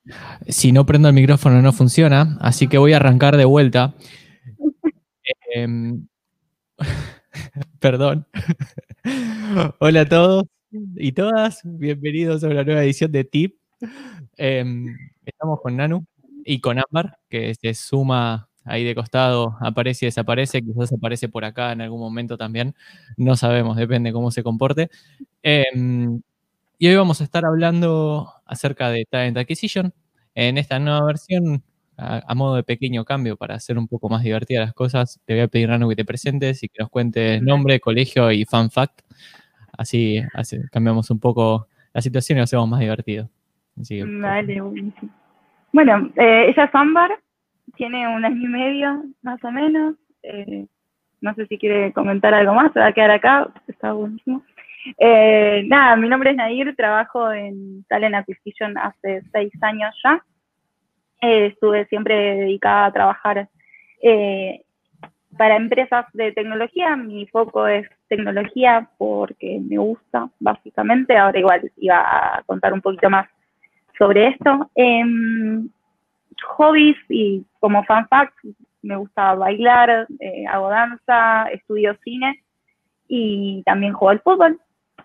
Si no prendo el micrófono no funciona, así que voy a arrancar de vuelta. Em, Perdón. Hola a todos y todas, bienvenidos a una nueva edición de TIP. Estamos con Nanu y con Ámbar, que se suma ahí de costado, aparece y desaparece, quizás aparece por acá en algún momento también, no sabemos, depende cómo se comporte. Y hoy vamos a estar hablando acerca de Talent Acquisition en esta nueva versión. A modo de pequeño cambio para hacer un poco más divertidas las cosas, te voy a pedir, Nanu, que te presentes y que nos cuentes nombre, colegio y fun fact. Así cambiamos un poco la situación y lo hacemos más divertido. Así que, Vale, buenísimo. Bueno, ella es Ámbar, tiene 1 año y medio, más o menos. No sé si quiere comentar algo más, se va a quedar acá, está buenísimo. Nada, mi nombre es Nadir, trabajo en Talent Acquisition hace 6 años ya. Estuve siempre dedicada a trabajar para empresas de tecnología. Mi foco es tecnología porque me gusta, básicamente. Ahora igual iba a contar un poquito más sobre esto. Hobbies y como fun fact, me gusta bailar, hago danza, estudio cine y también juego al fútbol.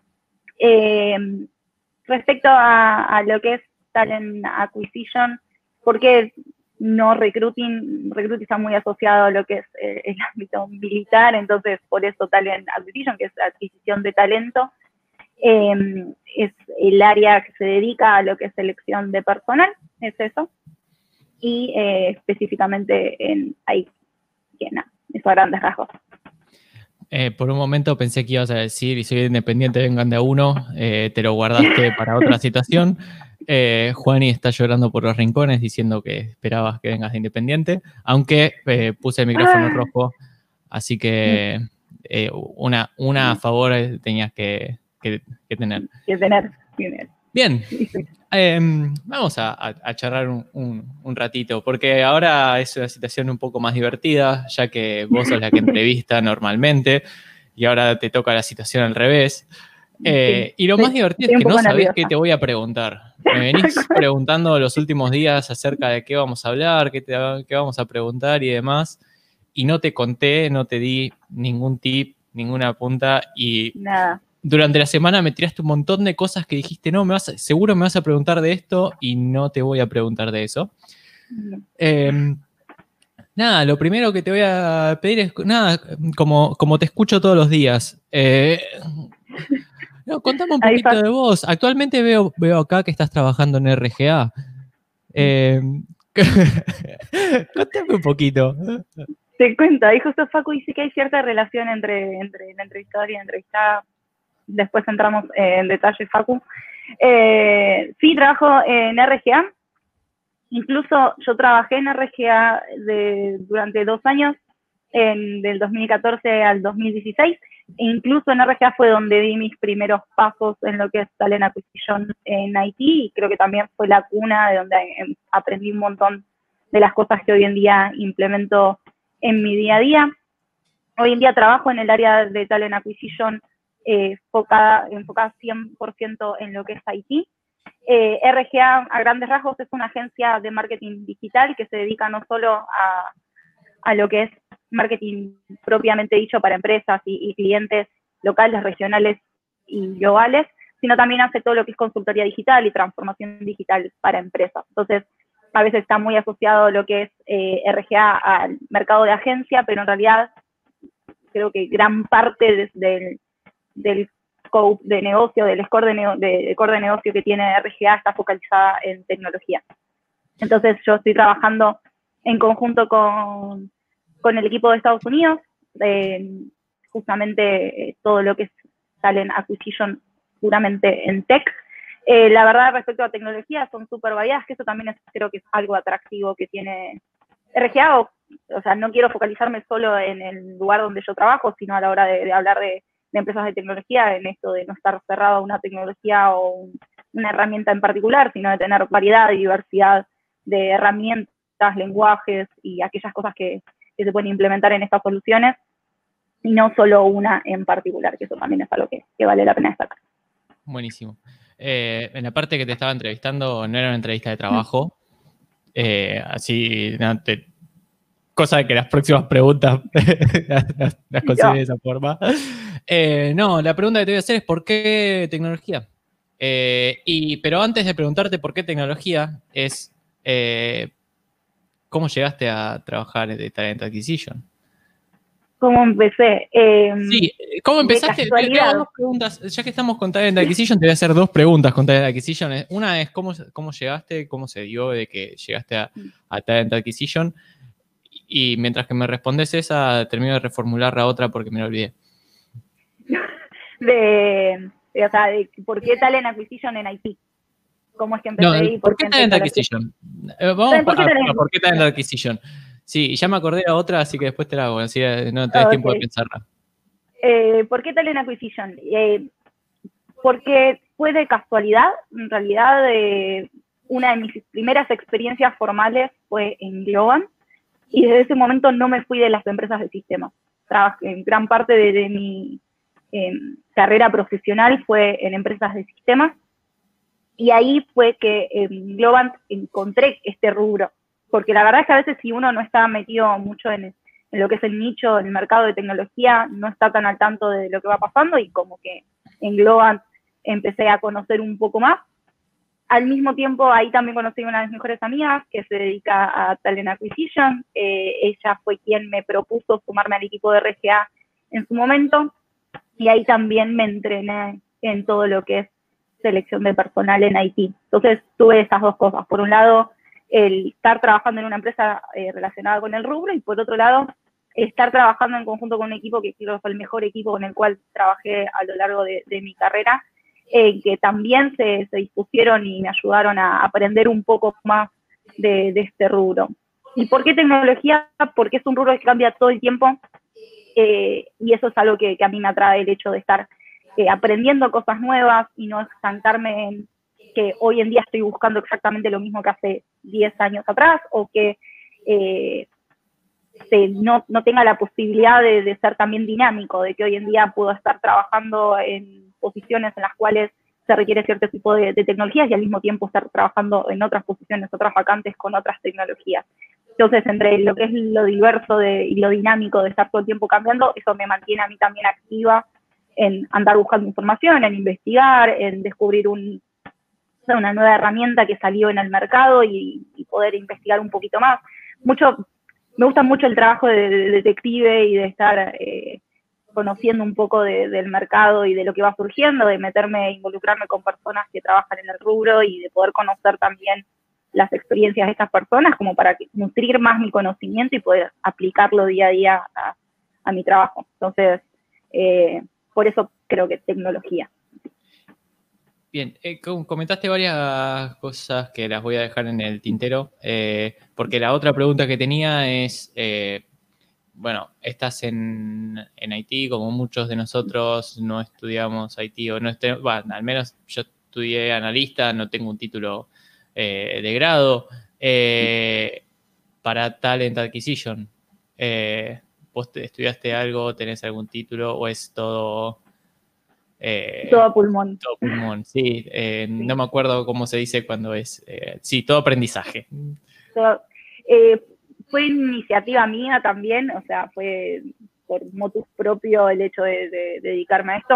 Respecto a lo que es Talent Acquisition, porque no recruiting está muy asociado a lo que es el ámbito militar, entonces por eso Talent Acquisition, que es la adquisición de talento, es el área que se dedica a lo que es selección de personal, es eso, y específicamente en IT, que nada, eso a grandes rasgos. por un momento pensé que ibas a decir, y soy independiente, vengan de a uno, te lo guardaste para otra situación. Juani está llorando por los rincones diciendo que esperabas que vengas de independiente, aunque puse el micrófono rojo, así que una a favor tenías que tener. Que tener. Bien, vamos a charlar un ratito, porque ahora es una situación un poco más divertida, ya que vos sos la que entrevista normalmente, y ahora te toca la situación al revés. Y lo más divertido es que no sabés qué te voy a preguntar. Me venís preguntando los últimos días acerca de qué vamos a hablar, qué vamos a preguntar y demás, y no te conté, no te di ningún tip, ninguna punta, y nada. Durante la semana me tiraste un montón de cosas que dijiste, no, seguro me vas a preguntar de esto y no te voy a preguntar de eso. Nada, lo primero que te voy a pedir es, nada, como te escucho todos los días, contame un poquito de vos. Actualmente veo acá que estás trabajando en RGA. Contame un poquito. Te cuento, ahí justo Facu dice que hay cierta relación entre la entrevistadora y la entrevistada. Después entramos en detalle, Facu. Sí, trabajo en RGA. Incluso yo trabajé en RGA durante 2 años, del 2014 al 2016. E incluso en RGA fue donde di mis primeros pasos en lo que es Talent Acquisition en Haití, y creo que también fue la cuna de donde aprendí un montón de las cosas que hoy en día implemento en mi día a día. Hoy en día trabajo en el área de Talent Acquisition enfocada 100% en lo que es Haití. RGA, a grandes rasgos, es una agencia de marketing digital que se dedica no solo a lo que es marketing propiamente dicho para empresas y clientes locales, regionales y globales, sino también hace todo lo que es consultoría digital y transformación digital para empresas. Entonces, a veces está muy asociado lo que es RGA al mercado de agencia, pero en realidad creo que gran parte del scope de negocio, del core de negocio que tiene RGA está focalizada en tecnología. Entonces yo estoy trabajando en conjunto con el equipo de Estados Unidos, justamente todo lo que es Talent Acquisition puramente en tech. La verdad, respecto a tecnología, son súper variadas, que eso también creo que es algo atractivo que tiene RGA. O sea, no quiero focalizarme solo en el lugar donde yo trabajo, sino a la hora de hablar de empresas de tecnología, en esto de no estar cerrado a una tecnología o una herramienta en particular, sino de tener variedad y diversidad de herramientas, lenguajes y aquellas cosas que se pueden implementar en estas soluciones, y no solo una en particular, que eso también es algo que vale la pena destacar. Buenísimo. En la parte que te estaba entrevistando no era una entrevista de trabajo, así, no, cosa de que las próximas preguntas las consideres de esa forma. No, la pregunta que te voy a hacer es ¿por qué tecnología? Pero antes de preguntarte por qué tecnología, es ¿cómo llegaste a trabajar de Talent Acquisition? ¿Cómo empecé? Sí, ¿cómo De empezaste? Te hago casualidad. dos preguntas. Ya que estamos con Talent Acquisition, te voy a hacer dos preguntas con Talent Acquisition. Una es cómo llegaste, cómo se dio de que llegaste a Talent Acquisition. Y mientras que me respondes esa, termino de reformular la otra porque me la olvidé. O sea, de por qué Talent Acquisition en Haití. ¿Cómo es que empecé No, ahí? ¿por qué Talent Acquisition? Vamos ¿Por qué Talent ¿por qué Talent Acquisition? Acquisition? Sí, ya me acordé de la otra, así que después te la hago, así no tenés tiempo de Okay. pensarla. ¿Por qué Talent Acquisition? Porque fue de casualidad, en realidad, una de mis primeras experiencias formales fue en Globant, y desde ese momento no me fui de las empresas de sistemas. Trabajé en gran parte de mi carrera profesional fue en empresas de sistemas, y ahí fue que en Globant encontré este rubro, porque la verdad es que a veces si uno no está metido mucho en lo que es el nicho, el mercado de tecnología, no está tan al tanto de lo que va pasando, y como que en Globant empecé a conocer un poco más. Al mismo tiempo, ahí también conocí a una de mis mejores amigas que se dedica a Talent Acquisition. Ella fue quien me propuso sumarme al equipo de RGA en su momento, y ahí también me entrené en todo lo que es selección de personal en Haití. Entonces tuve esas dos cosas. Por un lado, el estar trabajando en una empresa relacionada con el rubro, y por otro lado, estar trabajando en conjunto con un equipo que creo que fue el mejor equipo con el cual trabajé a lo largo de mi carrera, que también se dispusieron y me ayudaron a aprender un poco más de este rubro. ¿Y por qué tecnología? Porque es un rubro que cambia todo el tiempo, y eso es algo que a mí me atrae, el hecho de estar aprendiendo cosas nuevas y no estancarme en que hoy en día estoy buscando exactamente lo mismo que hace 10 años atrás, o que no tenga la posibilidad de ser también dinámico, de que hoy en día puedo estar trabajando en posiciones en las cuales se requiere cierto tipo de tecnologías, y al mismo tiempo estar trabajando en otras posiciones, otras vacantes con otras tecnologías. Entonces, entre lo que es lo diverso y lo dinámico de estar todo el tiempo cambiando, eso me mantiene a mí también activa en andar buscando información, en investigar, en descubrir una nueva herramienta que salió en el mercado, y poder investigar un poquito más. Me gusta mucho el trabajo de detective y de estar conociendo un poco del mercado y de lo que va surgiendo, de meterme, involucrarme con personas que trabajan en el rubro, y de poder conocer también las experiencias de estas personas, como para nutrir más mi conocimiento y poder aplicarlo día a día a mi trabajo. Entonces, por eso creo que tecnología. Bien, comentaste varias cosas que las voy a dejar en el tintero, porque la otra pregunta que tenía es, bueno, estás en Haití, como muchos de nosotros no estudiamos Haití, o no bueno, al menos yo estudié analista, no tengo un título de grado. Para Talent Acquisition, ¿vos estudiaste algo, tenés algún título, o es todo... Todo pulmón. Todo pulmón, sí. No me acuerdo cómo se dice cuando es... sí, todo aprendizaje. Fue iniciativa mía también, o sea, fue por motus propio el hecho de dedicarme a esto.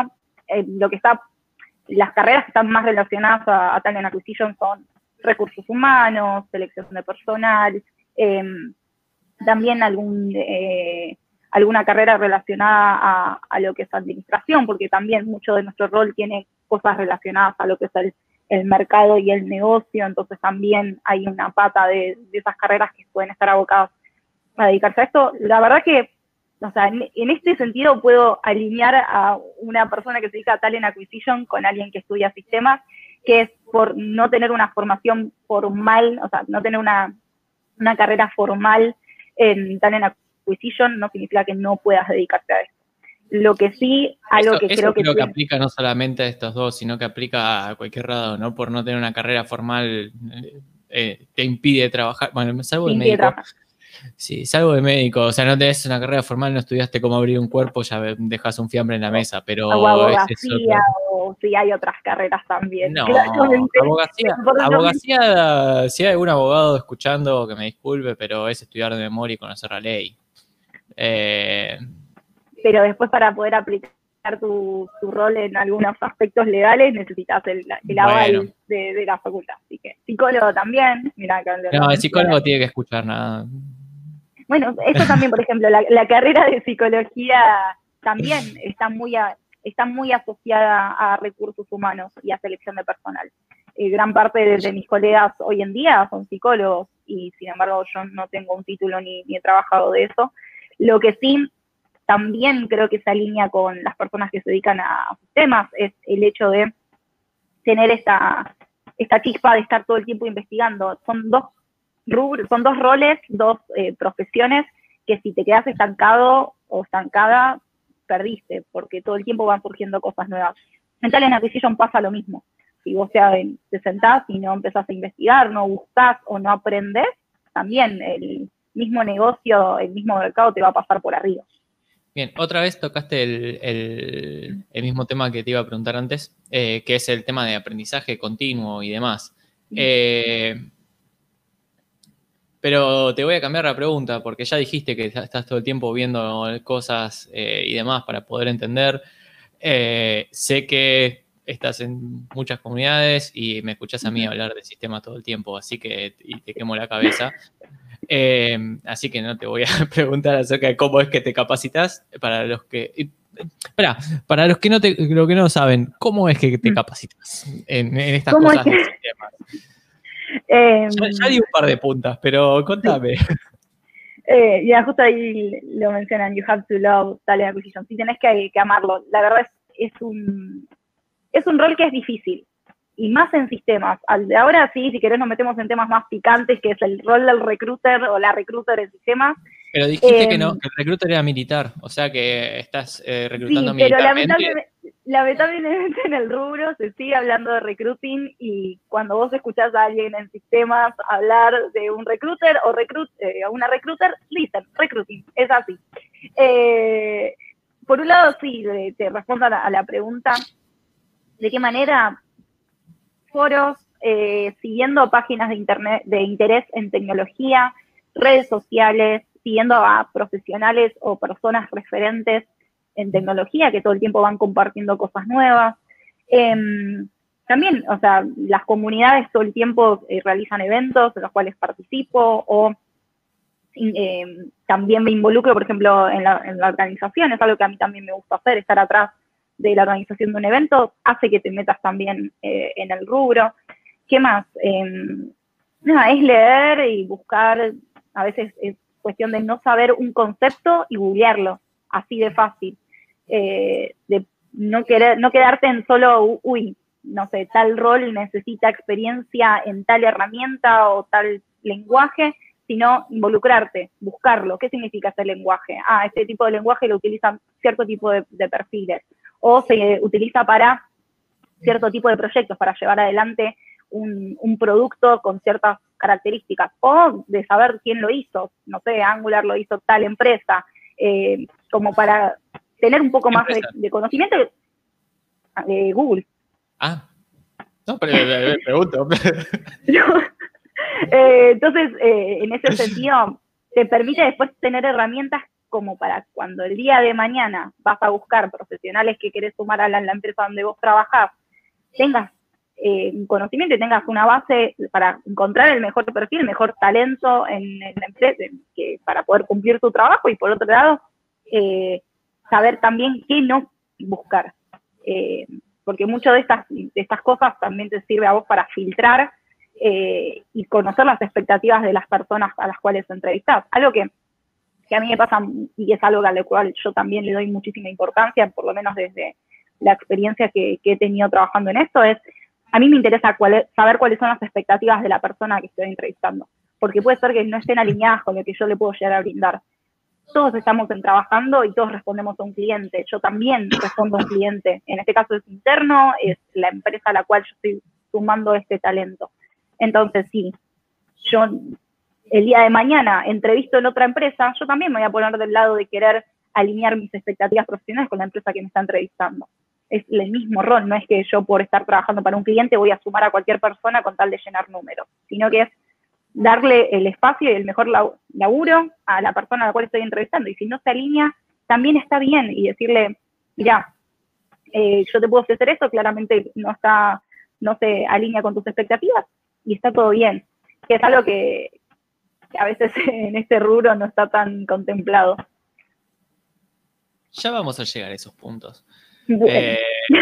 Las carreras que están más relacionadas a Talent Acquisition son recursos humanos, selección de personal, también alguna carrera relacionada a lo que es administración, porque también mucho de nuestro rol tiene cosas relacionadas a lo que es el mercado y el negocio. Entonces también hay una pata de esas carreras que pueden estar abocadas a dedicarse a esto. La verdad que, o sea, en este sentido puedo alinear a una persona que se dedica a Talent Acquisition con alguien que estudia sistemas, que es por no tener una formación formal, o sea, no tener una carrera formal en Talent Acquisition, no significa que no puedas dedicarte a esto. Lo que sí, algo que creo que aplica no solamente a estos dos, sino que aplica a cualquier lado, ¿no? Por no tener una carrera formal te impide trabajar. Bueno, salvo de médico. Sí, salvo de médico. O sea, no tenés una carrera formal, no estudiaste cómo abrir un cuerpo, ya dejas un fiambre en la mesa, pero... O abogacía, o si hay otras carreras también. No, Claramente, abogacía, si hay algún abogado escuchando, que me disculpe, pero es estudiar de memoria y conocer la ley. Pero después para poder aplicar tu rol en algunos aspectos legales necesitas el aval de la facultad. Así que psicólogo también. Mirá, no, el psicólogo tiene que escuchar nada. Bueno, eso también, por ejemplo, la carrera de psicología también está muy asociada a recursos humanos y a selección de personal. Gran parte de mis colegas hoy en día son psicólogos y sin embargo yo no tengo un título ni he trabajado de eso. Lo que sí también creo que se alinea con las personas que se dedican a sistemas es el hecho de tener esta chispa de estar todo el tiempo investigando. Son dos roles, dos profesiones que si te quedas estancado o estancada, perdiste, porque todo el tiempo van surgiendo cosas nuevas. En Talent Acquisition pasa lo mismo. Si vos te sentás y no empezás a investigar, no buscás o no aprendés, también el mismo negocio, el mismo mercado te va a pasar por arriba. Bien, otra vez tocaste el mismo tema que te iba a preguntar antes, que es el tema de aprendizaje continuo y demás. Pero te voy a cambiar la pregunta, porque ya dijiste que estás todo el tiempo viendo cosas y demás para poder entender. Sé que estás en muchas comunidades y me escuchás a mí hablar de sistemas todo el tiempo, así que y te quemo la cabeza. Así que no te voy a preguntar acerca de cómo es que te capacitas. Para los que no saben, ¿cómo es que te capacitas en estas cosas de sistemas? Ya di un par de puntas, pero contame. Ya justo ahí lo mencionan, you have to love Talent Acquisition. Sí, tenés que amarlo. La verdad es un rol que es difícil, y más en sistemas. Ahora sí, si querés nos metemos en temas más picantes, que es el rol del recruiter o la recruiter en sistemas. Pero dijiste que no, que el recruiter era militar, o sea que estás reclutando militarmente. Pero lamentablemente en el rubro se sigue hablando de recruiting, y cuando vos escuchás a alguien en sistemas hablar de un recruiter o una recruiter, dicen recruiting, es así. Por un lado, sí, te respondo a la pregunta, ¿de qué manera? Foros, siguiendo páginas de internet de interés en tecnología, redes sociales, siguiendo a profesionales o personas referentes en tecnología que todo el tiempo van compartiendo cosas nuevas. También, o sea, las comunidades todo el tiempo realizan eventos en los cuales participo, o también me involucro, por ejemplo, en la organización. Es algo que a mí también me gusta hacer, estar atrás de la organización de un evento, hace que te metas también en el rubro. ¿Qué más? Es leer y buscar. A veces es cuestión de no saber un concepto y googlearlo, así de fácil. De no quedarte en solo, no sé, tal rol necesita experiencia en tal herramienta o tal lenguaje, sino involucrarte, buscarlo. ¿Qué significa este lenguaje? Este tipo de lenguaje lo utilizan cierto tipo de perfiles, o se utiliza para cierto tipo de proyectos, para llevar adelante un producto con ciertas características, o de saber quién lo hizo. No sé, Angular lo hizo tal empresa, como para tener un poco más de conocimiento. Google. No, pero pregunto. Entonces, en ese sentido, te permite después tener herramientas como para cuando el día de mañana vas a buscar profesionales que querés sumar a la empresa donde vos trabajás, tengas un conocimiento y tengas una base para encontrar el mejor perfil, el mejor talento en la empresa, para poder cumplir tu trabajo, y por otro lado, saber también qué no buscar. Porque mucho de estas cosas también te sirve a vos para filtrar y conocer las expectativas de las personas a las cuales entrevistás. Algo que a mí me pasa, y es algo a lo cual yo también le doy muchísima importancia, por lo menos desde la experiencia que he tenido trabajando en esto, es, a mí me interesa saber cuáles son las expectativas de la persona que estoy entrevistando, porque puede ser que no estén alineadas con lo que yo le puedo llegar a brindar. Todos estamos trabajando y todos respondemos a un cliente. Yo también respondo a un cliente. En este caso es interno, es la empresa a la cual yo estoy sumando este talento. Entonces, sí, yo el día de mañana entrevisto en otra empresa, yo también me voy a poner del lado de querer alinear mis expectativas profesionales con la empresa que me está entrevistando. es el mismo rol, no es que yo por estar trabajando para un cliente voy a sumar a cualquier persona con tal de llenar números, sino que es darle el espacio y el mejor laburo a la persona a la cual estoy entrevistando. Y si no se alinea, también está bien y decirle, mira, yo te puedo ofrecer esto, claramente no se alinea con tus expectativas y está todo bien. Que es algo que a veces en este rubro no está tan contemplado. Ya vamos a llegar a esos puntos. Bueno.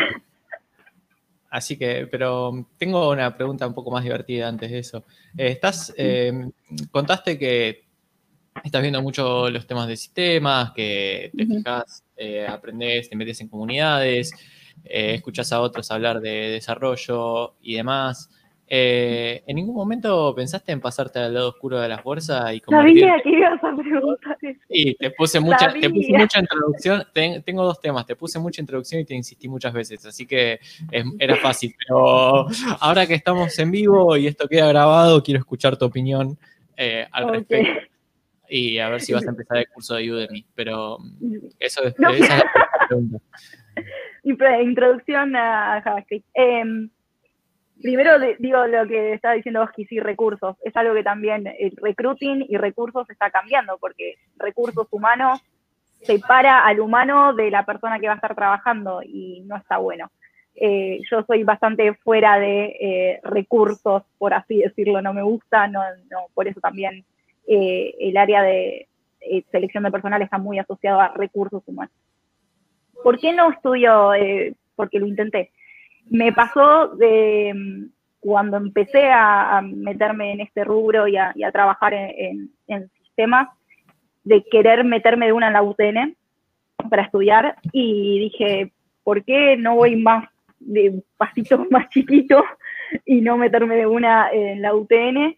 Así que, pero tengo una pregunta un poco más divertida antes de eso. Contaste que estás viendo mucho los temas de sistemas, que te fijas, aprendés, te metes en comunidades, escuchás a otros hablar de desarrollo y demás. ¿En ningún momento pensaste en pasarte al lado oscuro de la fuerza y convertirte? Sabía que ibas a preguntar eso. Y te puse mucha introducción. Tengo 2 temas. Te puse mucha introducción y te insistí muchas veces. Así que era fácil. Pero ahora que estamos en vivo y esto queda grabado, quiero escuchar tu opinión al respecto. Y a ver si vas a empezar el curso de Udemy. Pero esa es la pregunta. Introducción a JavaScript. Primero digo lo que estaba diciendo vos, que sí, recursos. Es algo que también el recruiting y recursos está cambiando, porque recursos humanos separa al humano de la persona que va a estar trabajando y no está bueno. Yo soy bastante fuera de recursos, por así decirlo, no me gusta, no, por eso también el área de selección de personal está muy asociado a recursos humanos. ¿Por qué no estudio? Porque lo intenté. Me pasó de cuando empecé a meterme en este rubro y a trabajar en sistemas, de querer meterme de una en la UTN para estudiar, y dije, ¿por qué no voy más de pasitos más chiquitos y no meterme de una en la UTN?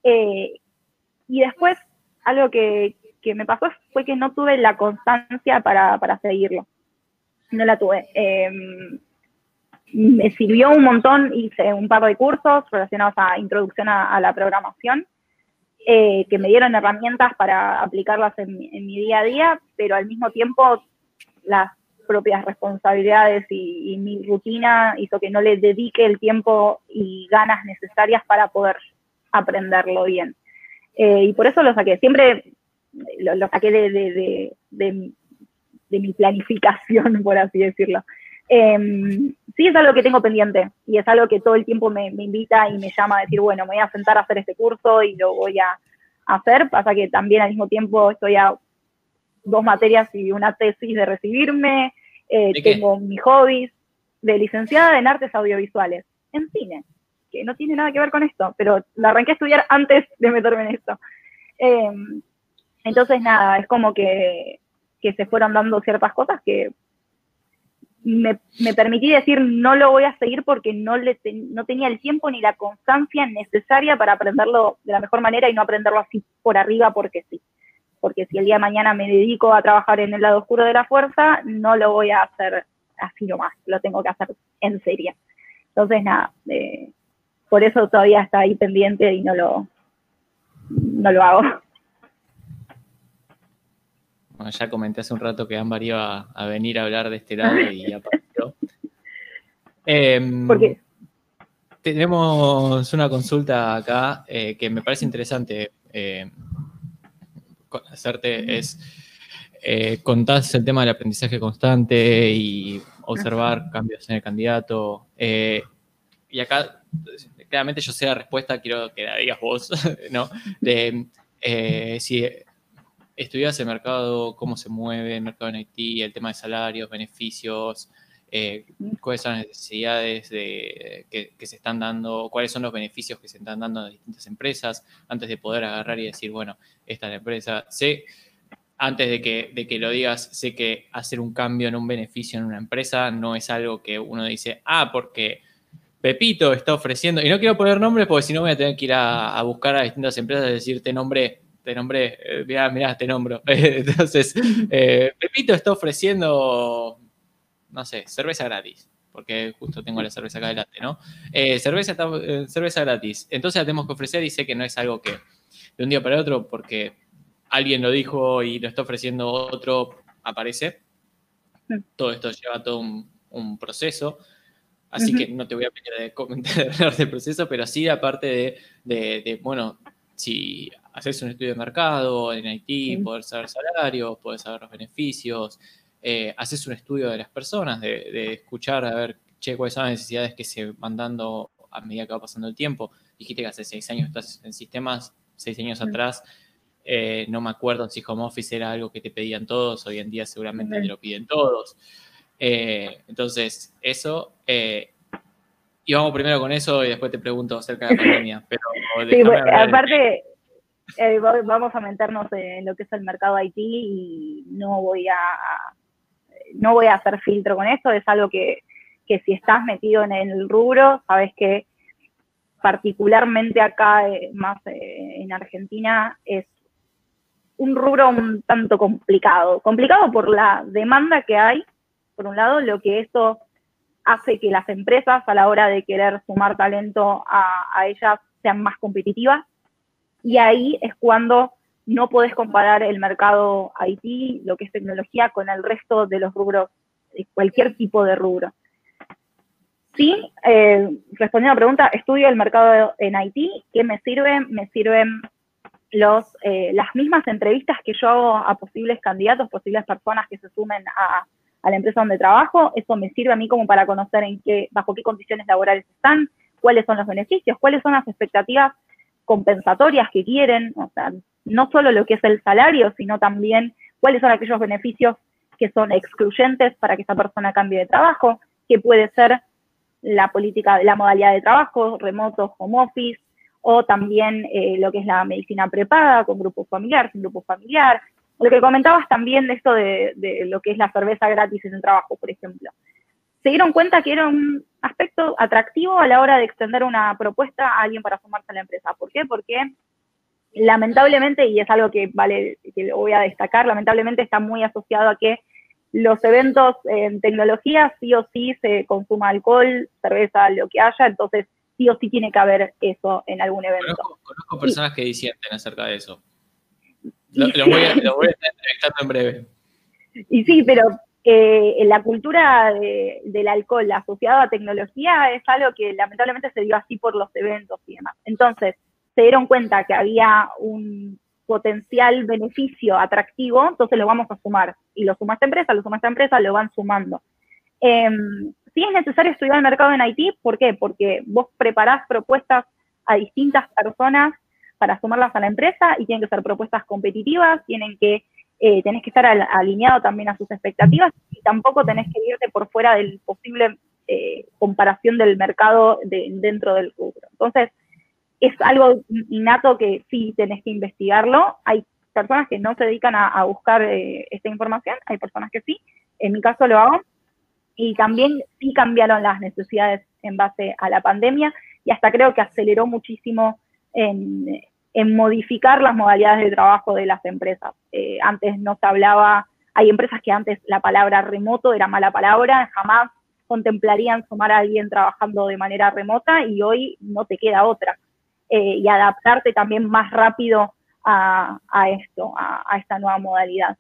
Y después, algo que me pasó fue que no tuve la constancia para seguirlo. No la tuve. Me sirvió un montón, hice un par de cursos relacionados a introducción a la programación, que me dieron herramientas para aplicarlas en mi día a día, pero al mismo tiempo las propias responsabilidades y mi rutina hizo que no le dedique el tiempo y ganas necesarias para poder aprenderlo bien. Y por eso lo saqué. Siempre lo saqué de mi planificación, por así decirlo. Sí, es algo que tengo pendiente y es algo que todo el tiempo me invita y me llama a decir, bueno, me voy a sentar a hacer este curso y lo voy a hacer. Pasa que también al mismo tiempo estoy a 2 materias y una tesis de recibirme, tengo mis hobbies de licenciada en artes audiovisuales, en cine, que no tiene nada que ver con esto, pero la arranqué a estudiar antes de meterme en esto. Entonces, nada, es como que se fueron dando ciertas cosas que me permití decir no lo voy a seguir porque no tenía el tiempo ni la constancia necesaria para aprenderlo de la mejor manera y no aprenderlo así por arriba porque sí. Porque si el día de mañana me dedico a trabajar en el lado oscuro de la fuerza, no lo voy a hacer así nomás, lo tengo que hacer en serio. Entonces, nada, por eso todavía está ahí pendiente y no lo hago. Bueno, ya comenté hace un rato que Ámbar iba a venir a hablar de este lado y apareció. ¿Por qué? Tenemos una consulta acá que me parece interesante hacerte. Contás el tema del aprendizaje constante y observar cambios en el candidato. Y acá, claramente yo sé la respuesta, quiero que la digas vos, ¿no? Si estudias el mercado, cómo se mueve el mercado en Haití, el tema de salarios, beneficios, cuáles son las necesidades que se están dando, cuáles son los beneficios que se están dando a distintas empresas, antes de poder agarrar y decir, bueno, esta es la empresa. Sé, antes de que lo digas, sé que hacer un cambio en un beneficio en una empresa no es algo que uno dice, porque Pepito está ofreciendo, y no quiero poner nombres porque si no voy a tener que ir a buscar a distintas empresas y decir, te nombré, mirá, te nombro. Entonces, Pepito está ofreciendo, no sé, cerveza gratis, porque justo tengo la cerveza acá delante, ¿no? Cerveza gratis. Entonces la tenemos que ofrecer y sé que no es algo que de un día para otro, porque alguien lo dijo y lo está ofreciendo otro, aparece. Todo esto lleva todo un proceso, así que no te voy a pedir de comentar hablar del proceso, pero sí aparte bueno, si haces un estudio de mercado en IT, poder saber salario, poder saber los beneficios, haces un estudio de las personas, de escuchar, a ver, che, cuáles son las necesidades que se van dando a medida que va pasando el tiempo. Dijiste que hace 6 años estás en sistemas, 6 años atrás, no me acuerdo si home office era algo que te pedían todos, hoy en día seguramente te lo piden todos. Entonces, eso... y vamos primero con eso y después te pregunto acerca de la pandemia. Pero sí, aparte, vamos a meternos en lo que es el mercado IT y no voy a hacer filtro con esto. Es algo que si estás metido en el rubro, sabes que particularmente acá, más en Argentina, es un rubro un tanto complicado. Complicado por la demanda que hay, por un lado, lo que eso hace que las empresas a la hora de querer sumar talento a ellas sean más competitivas. Y ahí es cuando no podés comparar el mercado IT, lo que es tecnología, con el resto de los rubros, cualquier tipo de rubro. Sí, respondiendo a la pregunta, estudio el mercado en IT. ¿Qué me sirve? Me sirven las mismas entrevistas que yo hago a posibles candidatos, posibles personas que se sumen a la empresa donde trabajo. Eso me sirve a mí como para conocer bajo qué condiciones laborales están, cuáles son los beneficios, cuáles son las expectativas compensatorias que quieren, o sea, no solo lo que es el salario, sino también cuáles son aquellos beneficios que son excluyentes para que esa persona cambie de trabajo, que puede ser la política, la modalidad de trabajo, remoto, home office, o también lo que es la medicina prepaga, con grupo familiar, sin grupo familiar. Lo que comentabas también de esto de lo que es la cerveza gratis en el trabajo, por ejemplo. Se dieron cuenta que era un aspecto atractivo a la hora de extender una propuesta a alguien para sumarse a la empresa. ¿Por qué? Porque lamentablemente, y es algo que lo voy a destacar, lamentablemente está muy asociado a que los eventos en tecnología sí o sí se consuma alcohol, cerveza, lo que haya, entonces sí o sí tiene que haber eso en algún evento. Conozco personas que disienten acerca de eso. Los voy a estar entrevistando en breve. Y sí, pero la cultura del alcohol asociado a tecnología es algo que lamentablemente se dio así por los eventos y demás. Entonces, se dieron cuenta que había un potencial beneficio atractivo, entonces lo vamos a sumar. Y lo suma esta empresa, lo van sumando. Sí es necesario estudiar el mercado en IT, ¿por qué? Porque vos preparás propuestas a distintas personas para sumarlas a la empresa y tienen que ser propuestas competitivas, tenés que estar alineado también a sus expectativas y tampoco tenés que irte por fuera del posible comparación del mercado dentro del rubro. Entonces, es algo innato que sí tenés que investigarlo. Hay personas que no se dedican a buscar esta información, hay personas que sí, en mi caso lo hago, y también sí cambiaron las necesidades en base a la pandemia y hasta creo que aceleró muchísimo en modificar las modalidades de trabajo de las empresas. Antes no se hablaba, hay empresas que antes la palabra remoto era mala palabra, jamás contemplarían sumar a alguien trabajando de manera remota y hoy no te queda otra. Y adaptarte también más rápido a esta nueva modalidad.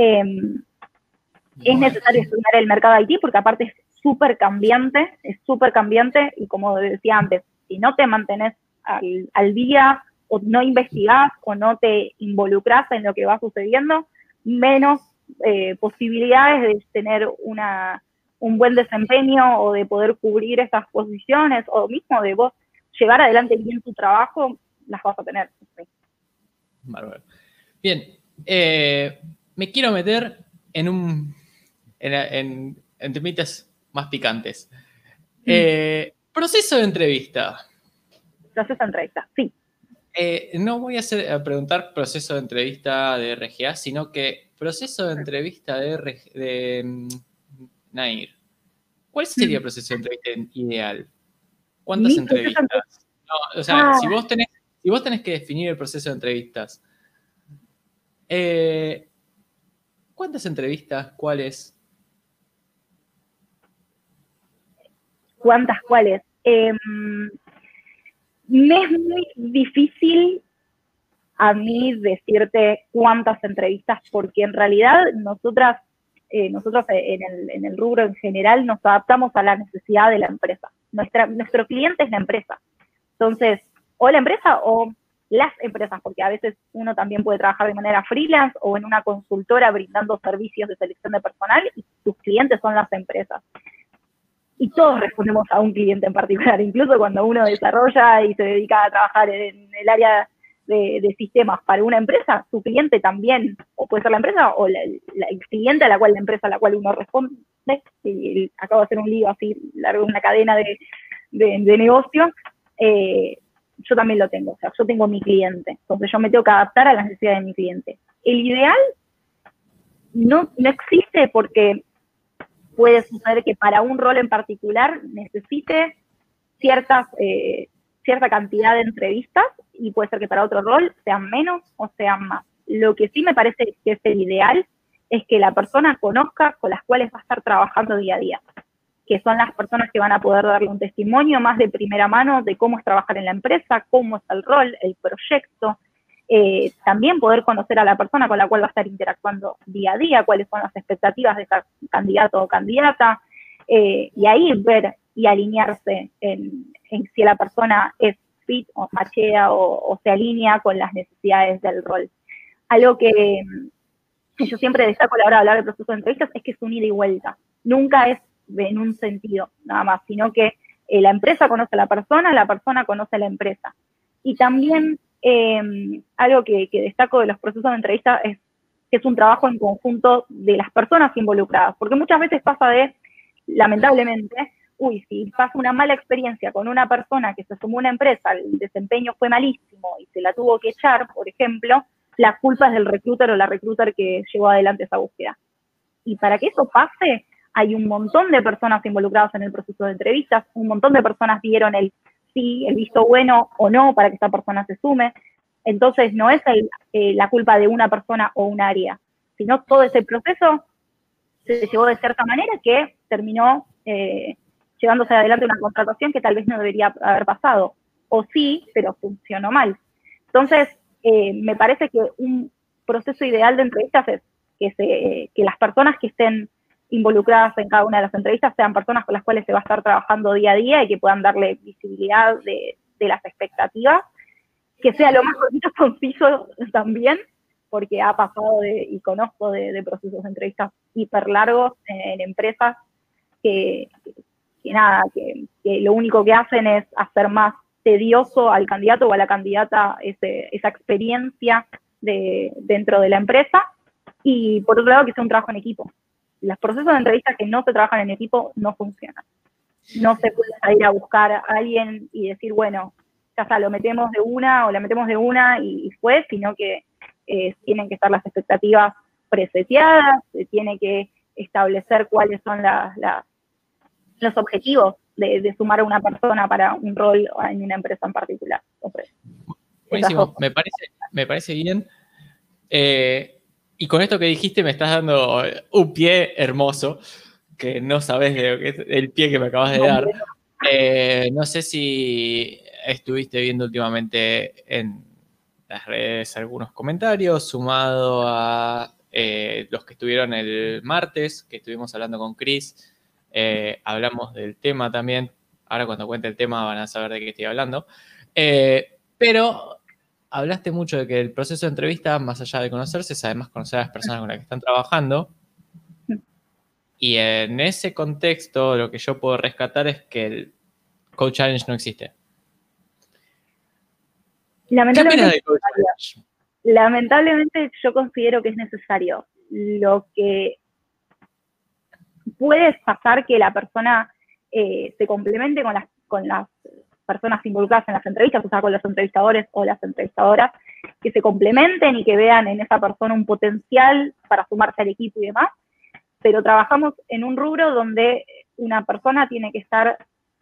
Es necesario estudiar el mercado de IT porque aparte es súper cambiante y como decía antes, si no te mantenés al día o no investigás o no te involucrás en lo que va sucediendo, menos posibilidades de tener un buen desempeño o de poder cubrir estas posiciones o mismo de vos llevar adelante bien tu trabajo, las vas a tener. Sí. Bárbaro. Bien, me quiero meter en temitas más picantes. Proceso de entrevista. Proceso de entrevista, sí. No voy a preguntar proceso de entrevista de RGA, sino que proceso de entrevista de Nair. ¿Cuál sería el proceso de entrevista ideal? ¿Cuántas entrevistas? No, o sea, si vos tenés que definir el proceso de entrevistas, ¿cuántas entrevistas? ¿Cuáles? ¿Cuántas? ¿Cuáles? Me es muy difícil a mí decirte cuántas entrevistas, porque en realidad nosotras nosotros en el rubro en general nos adaptamos a la necesidad de la empresa. Nuestro cliente es la empresa. Entonces, o la empresa o las empresas, porque a veces uno también puede trabajar de manera freelance o en una consultora brindando servicios de selección de personal y tus clientes son las empresas. Y todos respondemos a un cliente en particular, incluso cuando uno desarrolla y se dedica a trabajar en el área de sistemas para una empresa, su cliente también, o puede ser la empresa o el cliente a la cual la empresa a la cual uno responde, y acabo de hacer un lío así largo, una cadena de negocio, yo también lo tengo, o sea, yo tengo mi cliente, entonces yo me tengo que adaptar a las necesidades de mi cliente. El ideal no existe porque puede suceder que para un rol en particular necesite cierta cantidad de entrevistas y puede ser que para otro rol sean menos o sean más. Lo que sí me parece que es el ideal es que la persona conozca con las cuales va a estar trabajando día a día, que son las personas que van a poder darle un testimonio más de primera mano de cómo es trabajar en la empresa, cómo es el rol, el proyecto, también poder conocer a la persona con la cual va a estar interactuando día a día, cuáles son las expectativas de esa candidato o candidata, y ahí ver y alinearse en si la persona es fit o machea o se alinea con las necesidades del rol. Algo que yo siempre destaco a la hora de hablar del proceso de entrevistas es que es un ida y vuelta. Nunca es en un sentido nada más, sino que la empresa conoce a la persona conoce a la empresa. Y también algo que destaco de los procesos de entrevista es que es un trabajo en conjunto de las personas involucradas, porque muchas veces pasa lamentablemente, si pasa una mala experiencia con una persona que se sumó a una empresa, el desempeño fue malísimo y se la tuvo que echar, por ejemplo, la culpa es del recruiter o la recruiter que llevó adelante esa búsqueda. Y para que eso pase, hay un montón de personas involucradas en el proceso de entrevistas, un montón de personas dieron el sí, el visto bueno o no para que esta persona se sume. Entonces no es la culpa de una persona o un área, sino todo ese proceso se llevó de cierta manera que terminó llevándose adelante una contratación que tal vez no debería haber pasado. O sí, pero funcionó mal. Entonces, me parece que un proceso ideal de entrevistas es que las personas que estén involucradas en cada una de las entrevistas sean personas con las cuales se va a estar trabajando día a día y que puedan darle visibilidad de las expectativas, que sea lo más cortito, conciso también, porque ha pasado y conozco de procesos de entrevistas hiper largos en empresas que lo único que hacen es hacer más tedioso al candidato o a la candidata esa experiencia dentro de la empresa, y por otro lado que sea un trabajo en equipo. Los procesos de entrevistas que no se trabajan en equipo no funcionan. No se puede salir a buscar a alguien y decir, bueno, ya está, lo metemos de una o la metemos de una y fue, sino que tienen que estar las expectativas preseteadas, se tiene que establecer cuáles son los objetivos de sumar a una persona para un rol en una empresa en particular. Entonces, buenísimo, me parece bien. Y con esto que dijiste me estás dando un pie hermoso, que no sabes de lo que es el pie que me acabas de dar. No sé si estuviste viendo últimamente en las redes algunos comentarios, sumado a los que estuvieron el martes, que estuvimos hablando con Chris. Hablamos del tema también. Ahora cuando cuente el tema van a saber de qué estoy hablando. Pero hablaste mucho de que el proceso de entrevista, más allá de conocerse, es además conocer a las personas con las que están trabajando. Y en ese contexto, lo que yo puedo rescatar es que el Code Challenge no existe. ¿Qué opinas del Code Challenge? Lamentablemente yo considero que es necesario. Lo que puede pasar que la persona se complemente con las personas involucradas en las entrevistas, o sea, con los entrevistadores o las entrevistadoras, que se complementen y que vean en esa persona un potencial para sumarse al equipo y demás, pero trabajamos en un rubro donde una persona tiene que estar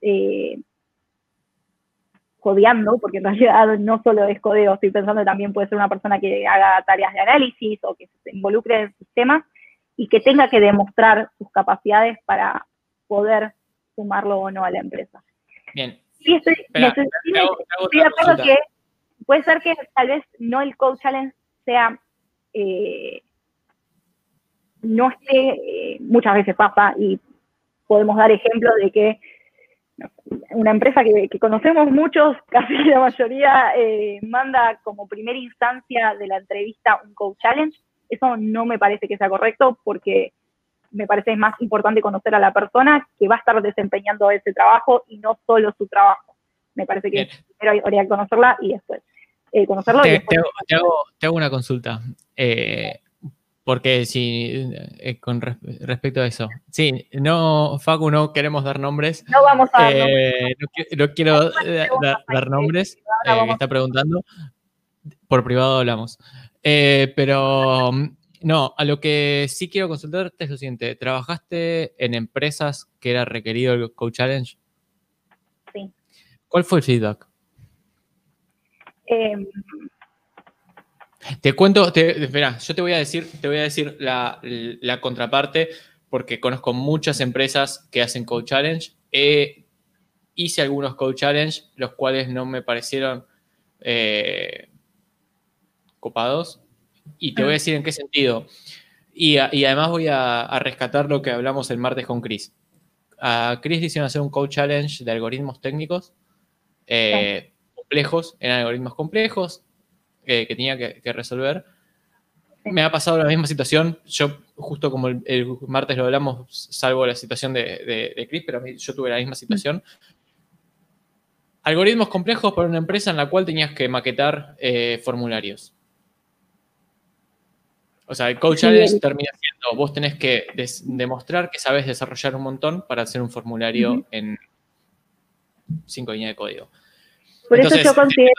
codeando, porque en realidad no solo es codeo, estoy pensando que también puede ser una persona que haga tareas de análisis o que se involucre en sistemas y que tenga que demostrar sus capacidades para poder sumarlo o no a la empresa. Bien. Sí, estoy de acuerdo que puede ser que tal vez no el Code Challenge sea no esté, muchas veces pasa, y podemos dar ejemplos de que una empresa que conocemos muchos, casi la mayoría, manda como primera instancia de la entrevista un Code Challenge. Eso no me parece que sea correcto, porque me parece más importante conocer a la persona que va a estar desempeñando ese trabajo y no solo su trabajo. Me parece que primero habría que conocerla y después conocerlo. Te hago una consulta. Porque si, con respecto a eso. Sí, no, Facu, no queremos dar nombres. No vamos a dar nombres. No quiero dar nombres, que está preguntando. Por privado hablamos. Pero no, a lo que sí quiero consultarte es lo siguiente. ¿Trabajaste en empresas que era requerido el Code Challenge? Sí. ¿Cuál fue el feedback? Te cuento, espera, yo te voy a decir la contraparte, porque conozco muchas empresas que hacen Code Challenge. Hice algunos Code Challenge, los cuales no me parecieron copados. Y te voy a decir en qué sentido. Y además voy a rescatar lo que hablamos el martes con Chris. A Chris le hicieron hacer un Code Challenge de algoritmos técnicos complejos, eran algoritmos complejos que tenía que resolver. Me ha pasado la misma situación. Yo, justo como el martes lo hablamos, salvo la situación de Chris, pero yo tuve la misma situación. Algoritmos complejos para una empresa en la cual tenías que maquetar formularios. O sea, el Code Challenge termina siendo, vos tenés que demostrar que sabes desarrollar un montón para hacer un formulario en 5 líneas de código. Por entonces, eso yo considero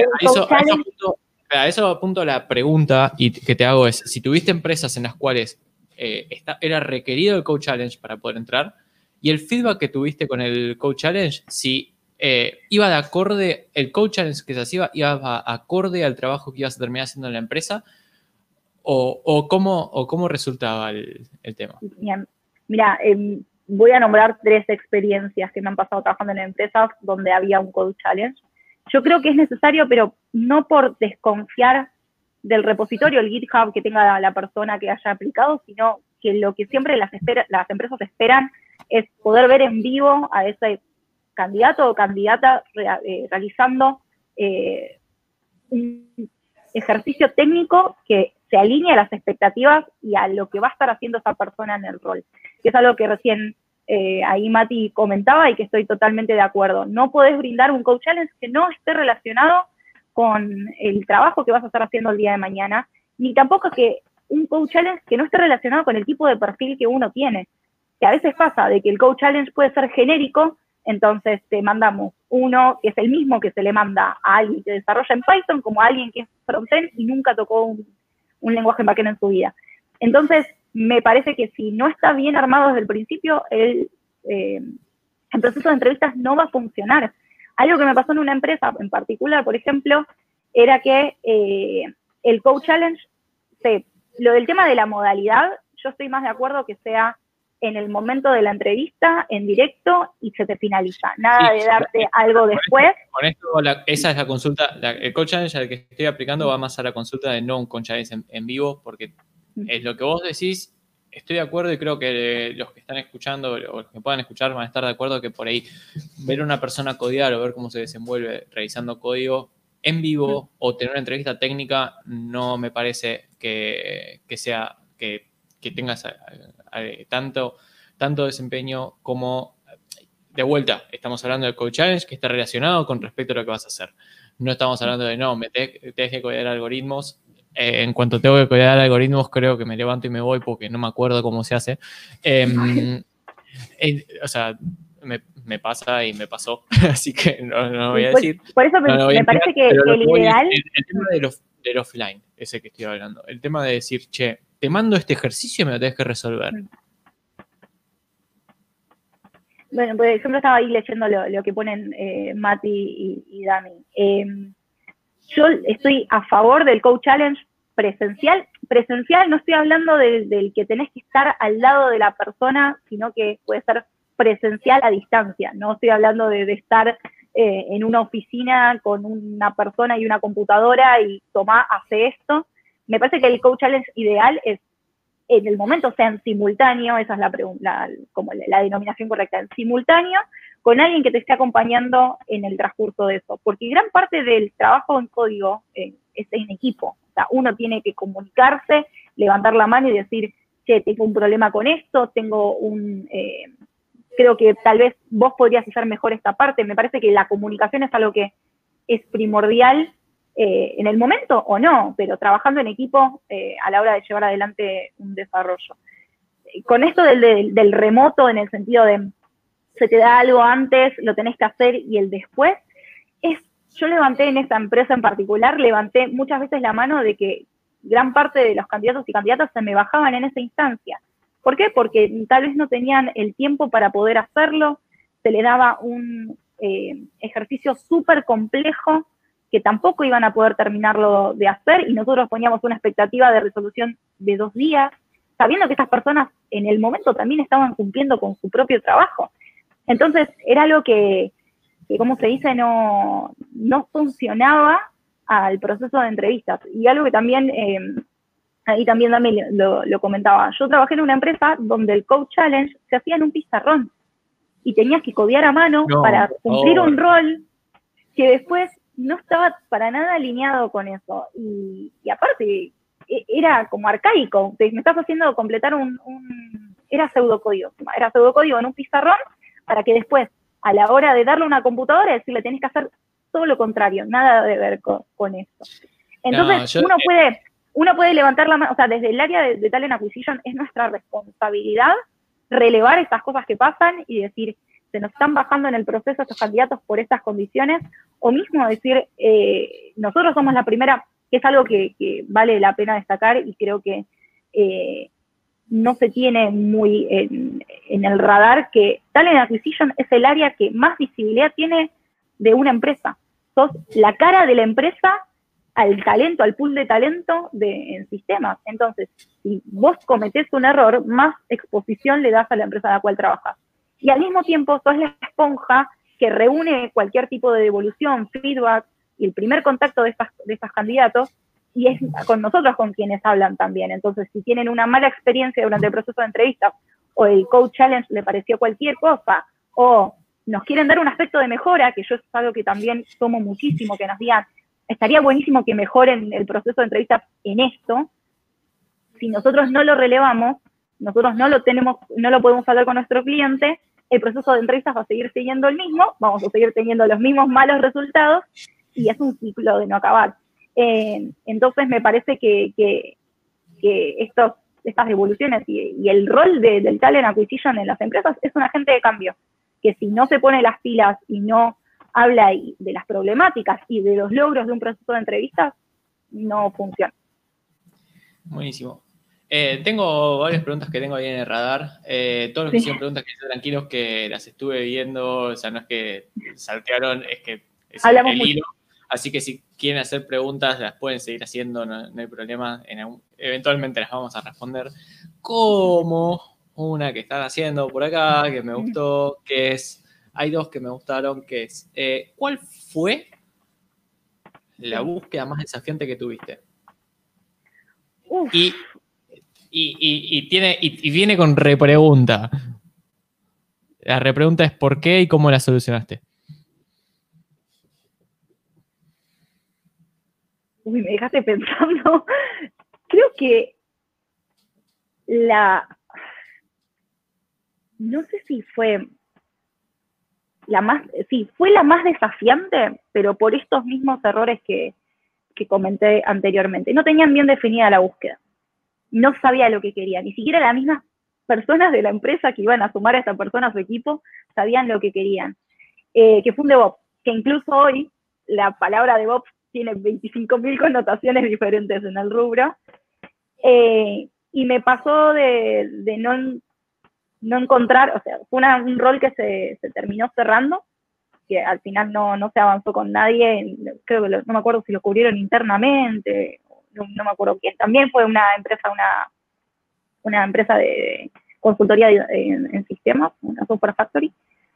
a eso apunto la pregunta y que te hago es, si tuviste empresas en las cuales era requerido el Code Challenge para poder entrar, y el feedback que tuviste con el Code Challenge, si iba de acorde, el Code Challenge que se hacía iba acorde al trabajo que ibas a terminar haciendo en la empresa, o cómo resultaba el tema. Mira, voy a nombrar 3 experiencias que me han pasado trabajando en empresas donde había un Code Challenge. Yo creo que es necesario, pero no por desconfiar del repositorio, el GitHub que tenga la persona que haya aplicado, sino que lo que siempre las empresas esperan es poder ver en vivo a ese candidato o candidata realizando un ejercicio técnico que se alinee a las expectativas y a lo que va a estar haciendo esa persona en el rol. Que es algo que recién ahí Mati comentaba y que estoy totalmente de acuerdo. No podés brindar un Code Challenge que no esté relacionado con el trabajo que vas a estar haciendo el día de mañana, ni tampoco que un Code Challenge que no esté relacionado con el tipo de perfil que uno tiene. Que a veces pasa de que el Code Challenge puede ser genérico, entonces te mandamos uno que es el mismo que se le manda a alguien que desarrolla en Python como a alguien que es frontend y nunca tocó un lenguaje en backend en su vida. Entonces, me parece que si no está bien armado desde el principio, el proceso de entrevistas no va a funcionar. Algo que me pasó en una empresa en particular, por ejemplo, era que el Code Challenge, lo del tema de la modalidad, yo estoy más de acuerdo que sea en el momento de la entrevista, en directo, y se te finaliza. Nada de darte algo después. Con esto, esa es la consulta. El Code Challenge al que estoy aplicando va más a la consulta de no un Code Challenge en vivo, porque es lo que vos decís. Estoy de acuerdo y creo que los que están escuchando o los que puedan escuchar van a estar de acuerdo que por ahí ver a una persona codear o ver cómo se desenvuelve revisando código en vivo o tener una entrevista técnica no me parece que sea que tengas tanto desempeño como, de vuelta, estamos hablando del Code Challenge que está relacionado con respecto a lo que vas a hacer. No estamos hablando de tenés que codear algoritmos. En cuanto tengo que codear algoritmos, creo que me levanto y me voy porque no me acuerdo cómo se hace. O sea, me pasa y me pasó, así que no voy a decir. Por eso me parece que el ideal... El tema del offline, ese que estoy hablando. El tema de decir, che, te mando este ejercicio y me lo tenés que resolver. Bueno, por ejemplo, estaba ahí leyendo lo que ponen Mati y Dami. Yo estoy a favor del Code Challenge presencial. Presencial no estoy hablando del que tenés que estar al lado de la persona, sino que puede ser presencial a distancia. No estoy hablando de estar en una oficina con una persona y una computadora y hace esto. Me parece que el Code Challenge ideal es en el momento sea en simultáneo, esa es como la denominación correcta, en simultáneo, con alguien que te esté acompañando en el transcurso de eso. Porque gran parte del trabajo en código es en equipo. O sea, uno tiene que comunicarse, levantar la mano y decir, che, tengo un problema con esto, creo que tal vez vos podrías hacer mejor esta parte. Me parece que la comunicación es algo que es primordial en el momento o no, pero trabajando en equipo a la hora de llevar adelante un desarrollo. Con esto del remoto, en el sentido de se te da algo antes, lo tenés que hacer y el después, yo levanté en esta empresa en particular, levanté muchas veces la mano de que gran parte de los candidatos y candidatas se me bajaban en esa instancia. ¿Por qué? Porque tal vez no tenían el tiempo para poder hacerlo, se les daba un ejercicio súper complejo que tampoco iban a poder terminarlo de hacer y nosotros poníamos una expectativa de resolución de 2 días, sabiendo que estas personas en el momento también estaban cumpliendo con su propio trabajo. Entonces era algo que como se dice, no funcionaba al proceso de entrevistas. Y algo que también, ahí también Dami lo comentaba, yo trabajé en una empresa donde el Code Challenge se hacía en un pizarrón y tenías que codear a mano para cumplir un rol que después no estaba para nada alineado con eso. Y aparte, era como arcaico. Me estás haciendo completar era pseudocódigo en un pizarrón para que después, a la hora de darle a una computadora, decirle, tenés que hacer todo lo contrario, nada de ver con esto. Entonces, uno puede levantar la mano, o sea, desde el área de Talent Acquisition es nuestra responsabilidad relevar estas cosas que pasan y decir, se nos están bajando en el proceso estos candidatos por estas condiciones, o mismo decir, nosotros somos la primera, que es algo que vale la pena destacar y creo que no se tiene muy en el radar, que Talent Acquisition es el área que más visibilidad tiene de una empresa. Sos la cara de la empresa al talento, al pool de talento en sistemas. Entonces, si vos cometés un error, más exposición le das a la empresa a la cual trabajas. Y al mismo tiempo sos la esponja que reúne cualquier tipo de devolución, feedback y el primer contacto de estos candidatos, y es con nosotros con quienes hablan también. Entonces, si tienen una mala experiencia durante el proceso de entrevistas, o el Code Challenge le pareció cualquier cosa, o nos quieren dar un aspecto de mejora, que yo es algo que también tomo muchísimo, que nos digan, estaría buenísimo que mejoren el proceso de entrevistas en esto. Si nosotros no lo relevamos, nosotros no lo podemos hablar con nuestro cliente, el proceso de entrevistas va a seguir siendo el mismo, vamos a seguir teniendo los mismos malos resultados, y es un ciclo de no acabar. Entonces me parece que estas evoluciones y el rol del Talent Acquisition en las empresas es un agente de cambio, que si no se pone las pilas y no habla de las problemáticas y de los logros de un proceso de entrevistas, no funciona. Buenísimo. Tengo varias preguntas que tengo ahí en el radar. Todos los que hicieron preguntas, que estén tranquilos, que las estuve viendo, o sea, no es que saltearon, es que es el hilo. Así que si quieren hacer preguntas, las pueden seguir haciendo, no hay problema. Eventualmente las vamos a responder. Como una que están haciendo por acá, que me gustó, que es, hay 2 que me gustaron, que es, ¿cuál fue la búsqueda más desafiante que tuviste? Y viene con repregunta. La repregunta es ¿por qué y cómo la solucionaste? Uy, me dejaste pensando. Creo que no sé si fue fue la más desafiante, pero por estos mismos errores que comenté anteriormente. No tenían bien definida la búsqueda. No sabía lo que querían. Ni siquiera las mismas personas de la empresa que iban a sumar a esta persona a su equipo sabían lo que querían. Que fue un DevOps, que incluso hoy la palabra DevOps tiene 25.000 connotaciones diferentes en el rubro. Y me pasó de no encontrar, o sea, fue un rol que se terminó cerrando, que al final no se avanzó con nadie, creo que no me acuerdo si lo cubrieron internamente, no me acuerdo quién. También fue una empresa de consultoría en sistemas, una software factory.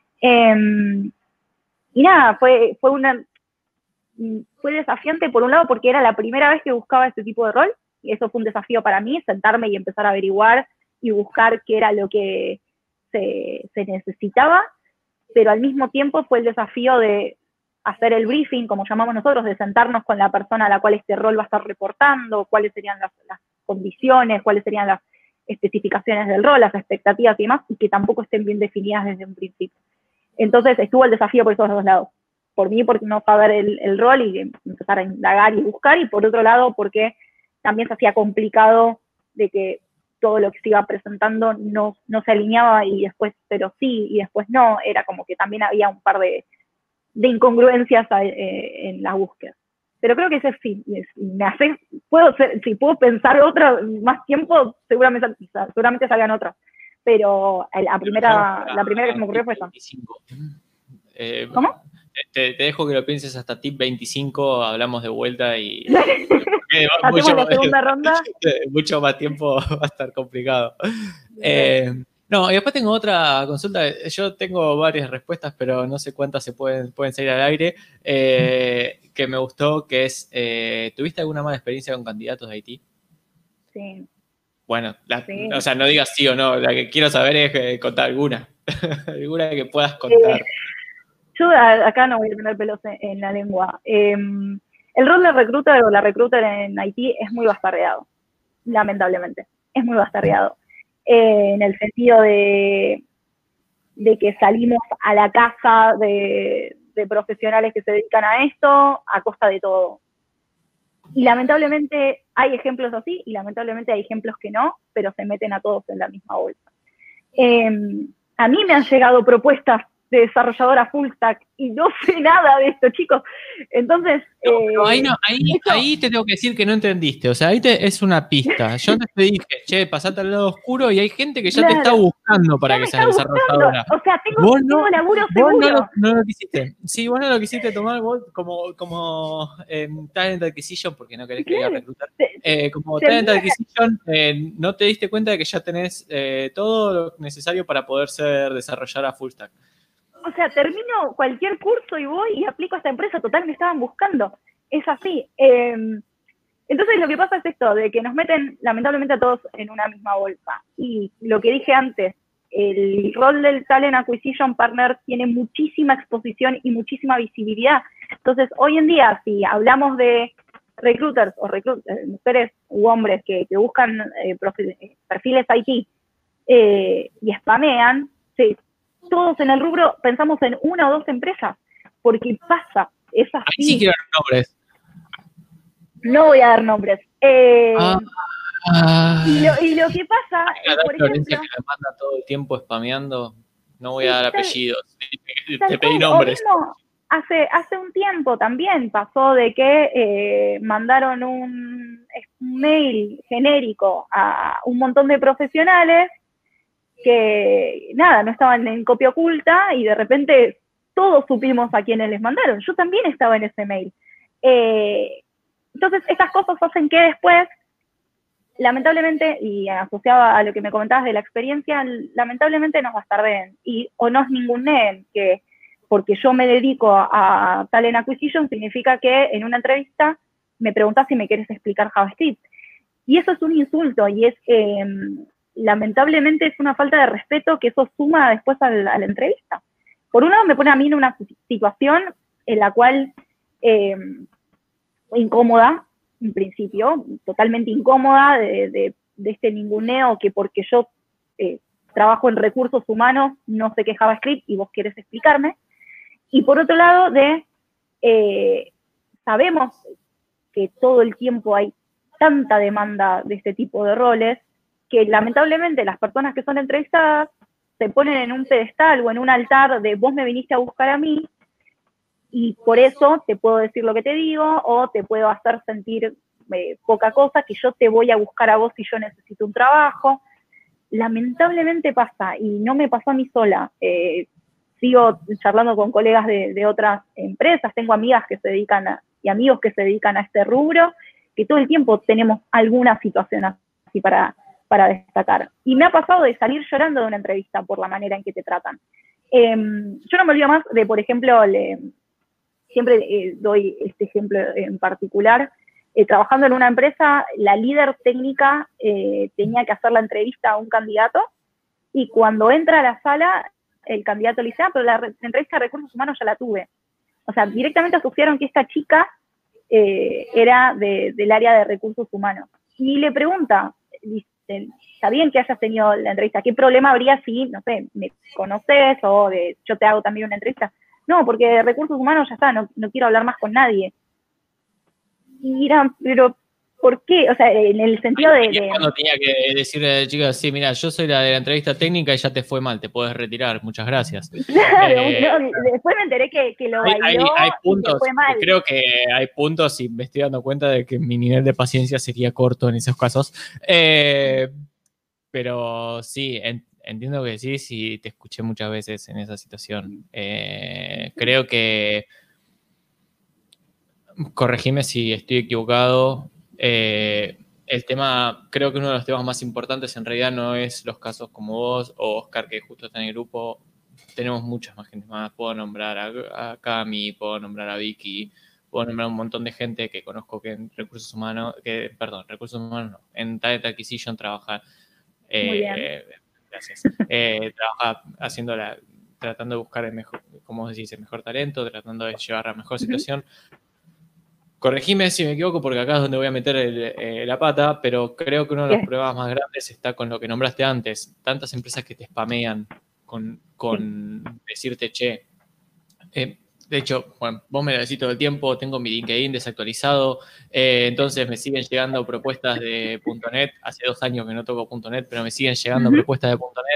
Y nada, fue desafiante por un lado porque era la primera vez que buscaba este tipo de rol, y eso fue un desafío para mí, sentarme y empezar a averiguar y buscar qué era lo que se necesitaba, pero al mismo tiempo fue el desafío de hacer el briefing, como llamamos nosotros, de sentarnos con la persona a la cual este rol va a estar reportando, cuáles serían las condiciones, cuáles serían las especificaciones del rol, las expectativas y demás, y que tampoco estén bien definidas desde un principio. Entonces estuvo el desafío por esos dos lados. Por mí, porque no saber el rol y empezar a indagar y buscar, y por otro lado, porque también se hacía complicado de que todo lo que se iba presentando no se alineaba y después, pero sí, y después no, era como que también había un par de incongruencias en la búsqueda. Pero creo que ese sí, si puedo pensar otra más tiempo, seguramente salgan otras. Pero la primera que se me ocurrió fue esa. ¿Cómo? Te dejo que lo pienses hasta tip 25, hablamos de vuelta y hacemos la segunda ronda. Mucho más tiempo va a estar complicado. No, y después tengo otra consulta. Yo tengo varias respuestas, pero no sé cuántas se pueden salir al aire. Que me gustó, que es, ¿tuviste alguna mala experiencia con candidatos de Haití? Sí. Bueno, sí. O sea, no digas sí o no. La que quiero saber es contar alguna. Alguna que puedas contar. Yo acá no voy a tener pelos en la lengua. El rol de recruiter o la recruiter en Haití es muy bastardeado, lamentablemente. Es muy bastardeado. En el sentido de que salimos a la casa de profesionales que se dedican a esto a costa de todo. Y lamentablemente hay ejemplos así, y lamentablemente hay ejemplos que no, pero se meten a todos en la misma bolsa. A mí me han llegado propuestas de desarrolladora full stack y no sé nada de esto, chicos. Entonces... No, ahí te tengo que decir que no entendiste. O sea, ahí es una pista. Yo te dije, che, pasate al lado oscuro y hay gente que ya te está buscando para que seas desarrolladora. O sea, tengo laburo seguro. No lo quisiste. Sí, vos no lo quisiste tomar vos como Talent Acquisition, porque no querés que diga reclutar. Como Talent Acquisition, no te diste cuenta de que ya tenés todo lo necesario para poder ser desarrolladora full stack. O sea, termino cualquier curso y voy y aplico a esta empresa, total me estaban buscando. Es así. Entonces lo que pasa es esto, de que nos meten lamentablemente a todos en una misma bolsa. Y lo que dije antes, el rol del Talent Acquisition Partner tiene muchísima exposición y muchísima visibilidad. Entonces, hoy en día, si hablamos de recruiters o mujeres u hombres que buscan perfiles IT y spamean, sí, todos en el rubro pensamos en una o dos empresas, porque pasa, es así. Ahí sí quiero nombres. No voy a dar nombres. Y lo que pasa es, por ejemplo... que me manda todo el tiempo spameando, no voy a dar apellidos, te pedí nombres. Mismo, hace un tiempo también pasó de que mandaron un mail genérico a un montón de profesionales que, nada, no estaban en copia oculta y de repente todos supimos a quienes les mandaron. Yo también estaba en ese mail. Entonces, estas cosas hacen que después, lamentablemente, y asociado a lo que me comentabas de la experiencia, lamentablemente nos bastardeen o nos ninguneen, que porque yo me dedico a Talent Acquisition significa que en una entrevista me preguntas si me quieres explicar JavaScript. Y eso es un insulto y es... lamentablemente es una falta de respeto que eso suma después a la entrevista. Por un lado me pone a mí en una situación en la cual incómoda, en principio, totalmente incómoda de este ninguneo que porque yo trabajo en recursos humanos no sé qué JavaScript y vos querés explicarme. Y por otro lado sabemos que todo el tiempo hay tanta demanda de este tipo de roles que lamentablemente las personas que son entrevistadas se ponen en un pedestal o en un altar de vos me viniste a buscar a mí y por eso te puedo decir lo que te digo o te puedo hacer sentir poca cosa, que yo te voy a buscar a vos si yo necesito un trabajo. Lamentablemente pasa y no me pasó a mí sola. Sigo charlando con colegas de otras empresas, tengo amigas que se dedican y amigos que se dedican a este rubro, que todo el tiempo tenemos alguna situación así para destacar. Y me ha pasado de salir llorando de una entrevista por la manera en que te tratan. Yo no me olvido más de, por ejemplo, siempre doy este ejemplo en particular, trabajando en una empresa, la líder técnica tenía que hacer la entrevista a un candidato y cuando entra a la sala, el candidato le dice, pero la entrevista de recursos humanos ya la tuve. O sea, directamente asociaron que esta chica era del área de recursos humanos. Y le pregunta, dice, está bien que hayas tenido la entrevista, ¿qué problema habría si, no sé, me conoces o yo te hago también una entrevista? No, porque de recursos humanos ya está, no quiero hablar más con nadie. Y dirán, pero ¿por qué? O sea, en el sentido de... Cuando tenía que decir, chicas, sí, mira, yo soy la de la entrevista técnica y ya te fue mal, te puedes retirar, muchas gracias. Claro, después me enteré que lo bailó hay puntos, y que fue mal. creo que hay puntos y me estoy dando cuenta de que mi nivel de paciencia sería corto en esos casos. Pero sí, entiendo que sí, te escuché muchas veces en esa situación. Creo que, corregime si estoy equivocado, el tema, creo que uno de los temas más importantes en realidad no es los casos como vos o Oscar, que justo está en el grupo. Tenemos muchas más gente más. Puedo nombrar a Cami, puedo nombrar a Vicky, puedo nombrar un montón de gente que conozco que en recursos humanos no, en Talent Acquisition trabaja. Muy bien. Gracias. Trabaja tratando de buscar el mejor, como decís, el mejor talento, tratando de llevar a la mejor situación. Corregime si me equivoco, porque acá es donde voy a meter la pata, pero creo que uno de los problemas más grandes está con lo que nombraste antes. Tantas empresas que te spamean con decirte, che. De hecho, bueno, vos me lo decís todo el tiempo, tengo mi LinkedIn desactualizado, entonces me siguen llegando propuestas de .NET. Hace 2 años que no toco .NET, pero me siguen llegando propuestas de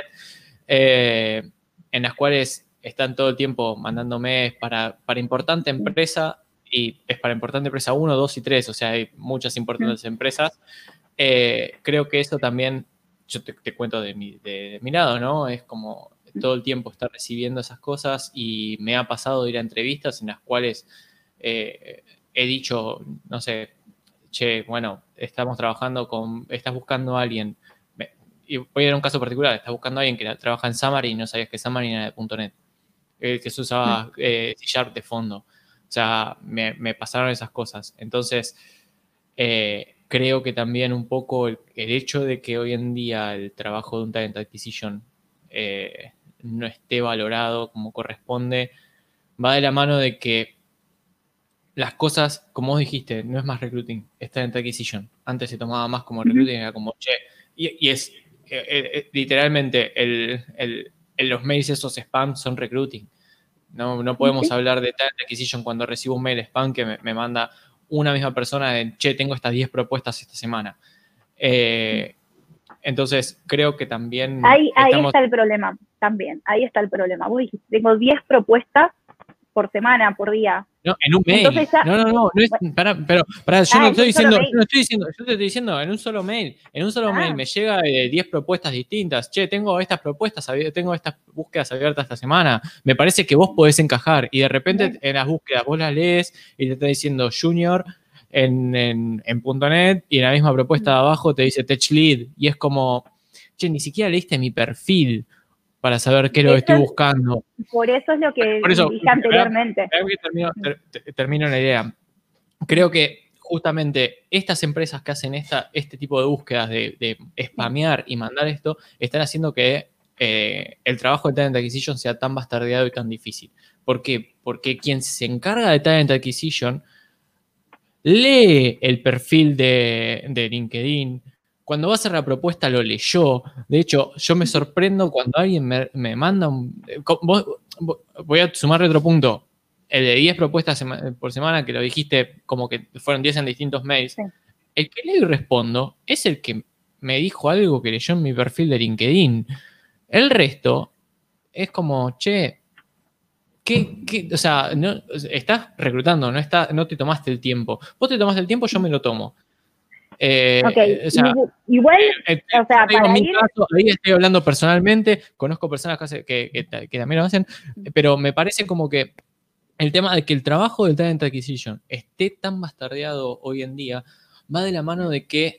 .NET, en las cuales están todo el tiempo mandándome para importante empresa, y es para importante empresa 1, 2 y 3, o sea, hay muchas importantes empresas. Creo que eso también, yo te cuento de mi lado, ¿no? Es como todo el tiempo estar recibiendo esas cosas, y me ha pasado de ir a entrevistas en las cuales he dicho, no sé, che, bueno, estás buscando a alguien, y voy a dar un caso particular, estás buscando a alguien que trabaja en Xamarin y no sabías que Xamarin era de .NET, que se usaba C# de fondo. O sea, me pasaron esas cosas. Entonces, creo que también un poco el hecho de que hoy en día el trabajo de un Talent Acquisition no esté valorado como corresponde, va de la mano de que las cosas, como vos dijiste, no es más recruiting, es Talent Acquisition. Antes se tomaba más como recruiting, era como, che, y es literalmente los mails esos spam son recruiting. No podemos hablar de Talent Acquisition cuando recibo un mail spam que me manda una misma persona de, che, tengo estas 10 propuestas esta semana. Entonces, creo que también... Ahí está el problema, también. Ahí está el problema. Vos dijiste, tengo 10 propuestas por semana, por día. No, en un mail. Entonces ya, no es, para, yo no estoy diciendo, yo te estoy diciendo en un solo mail. En un solo mail me llega 10 propuestas distintas. Che, tengo estas propuestas, tengo estas búsquedas abiertas esta semana. Me parece que vos podés encajar. Y de repente en las búsquedas vos las lees y te está diciendo Junior en .NET, y en la misma propuesta de abajo te dice Tech Lead. Y es como, che, ni siquiera leíste mi perfil para saber qué es lo que estoy buscando. Por eso es lo que dije anteriormente. Termino la idea. Creo que justamente estas empresas que hacen este tipo de búsquedas de spamear y mandar esto, están haciendo que el trabajo de Talent Acquisition sea tan bastardeado y tan difícil. ¿Por qué? Porque quien se encarga de Talent Acquisition lee el perfil de LinkedIn. Cuando va a hacer la propuesta lo leyó. De hecho, yo me sorprendo cuando alguien me manda voy a sumarle otro punto. El de 10 propuestas por semana, que lo dijiste como que fueron 10 en distintos mails. Sí. El que leo y respondo es el que me dijo algo que leyó en mi perfil de LinkedIn. El resto es como, che, o sea, no, estás reclutando, no te tomaste el tiempo. Vos te tomaste el tiempo, yo me lo tomo. O sea, igual, o sea, para ir... caso, ahí estoy hablando personalmente, conozco personas que también lo hacen, pero me parece como que el tema de que el trabajo del Talent Acquisition esté tan bastardeado hoy en día va de la mano de que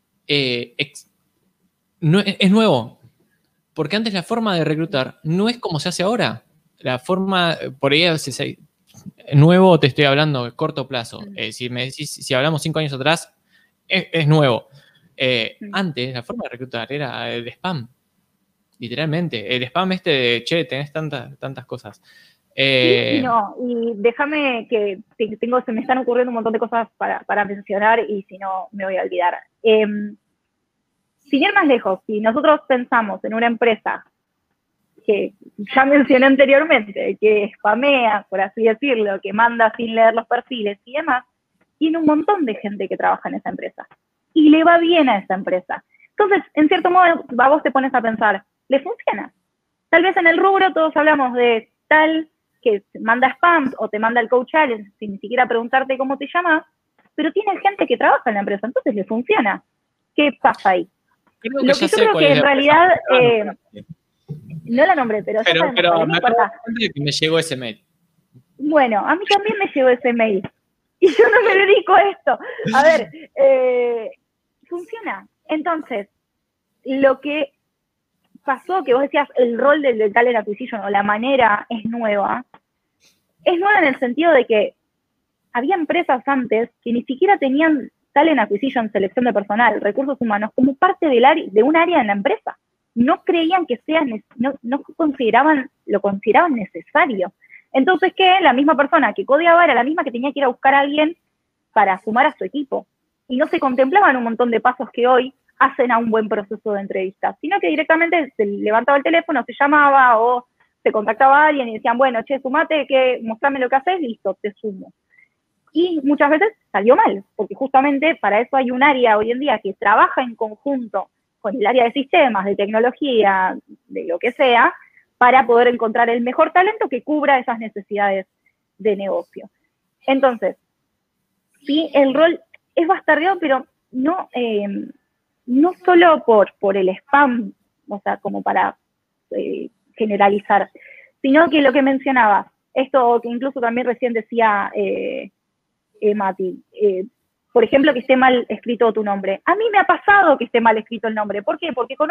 no, es nuevo, porque antes la forma de reclutar no es como se hace ahora. La forma, por ahí nuevo te estoy hablando de corto plazo. Si me decís, si hablamos 5 años atrás, es nuevo. Antes, la forma de reclutar era el spam. Literalmente. El spam de, che, tenés tantas cosas. Sí y no, y déjame que se me están ocurriendo un montón de cosas para mencionar y si no me voy a olvidar. Sin ir más lejos, si nosotros pensamos en una empresa que ya mencioné anteriormente, que spamea, por así decirlo, que manda sin leer los perfiles y demás, tiene un montón de gente que trabaja en esa empresa y le va bien a esa empresa. Entonces, en cierto modo, vos te pones a pensar, ¿le funciona? Tal vez en el rubro todos hablamos de tal que manda spam o te manda el coach challenge sin ni siquiera preguntarte cómo te llamas, pero tiene gente que trabaja en la empresa, entonces le funciona. ¿Qué pasa ahí? Creo Lo que yo creo que en realidad, no la nombré, pero ya sabemos, pero no me importa. acuerdo que me llegó ese mail. Bueno, a mí también me llegó ese mail. Y yo no me dedico a esto. A ver, funciona. Entonces, lo que pasó, que vos decías, el rol del talent acquisition o la manera es nueva en el sentido de que había empresas antes que ni siquiera tenían talent acquisition, selección de personal, recursos humanos, como parte de un área en la empresa. No creían que no lo consideraban necesario. Entonces, ¿qué? La misma persona que codeaba era la misma que tenía que ir a buscar a alguien para sumar a su equipo. Y no se contemplaban un montón de pasos que hoy hacen a un buen proceso de entrevista, sino que directamente se levantaba el teléfono, se llamaba o se contactaba a alguien y decían, bueno, che, sumate, mostrame lo que haces, listo, te sumo. Y muchas veces salió mal, porque justamente para eso hay un área hoy en día que trabaja en conjunto con el área de sistemas, de tecnología, de lo que sea, para poder encontrar el mejor talento que cubra esas necesidades de negocio. Entonces, sí, el rol es bastardeado, pero no solo por el spam, o sea, como para generalizar, sino que lo que mencionabas, esto que incluso también recién decía Mati, por ejemplo, que esté mal escrito tu nombre. A mí me ha pasado que esté mal escrito el nombre. ¿Por qué? Porque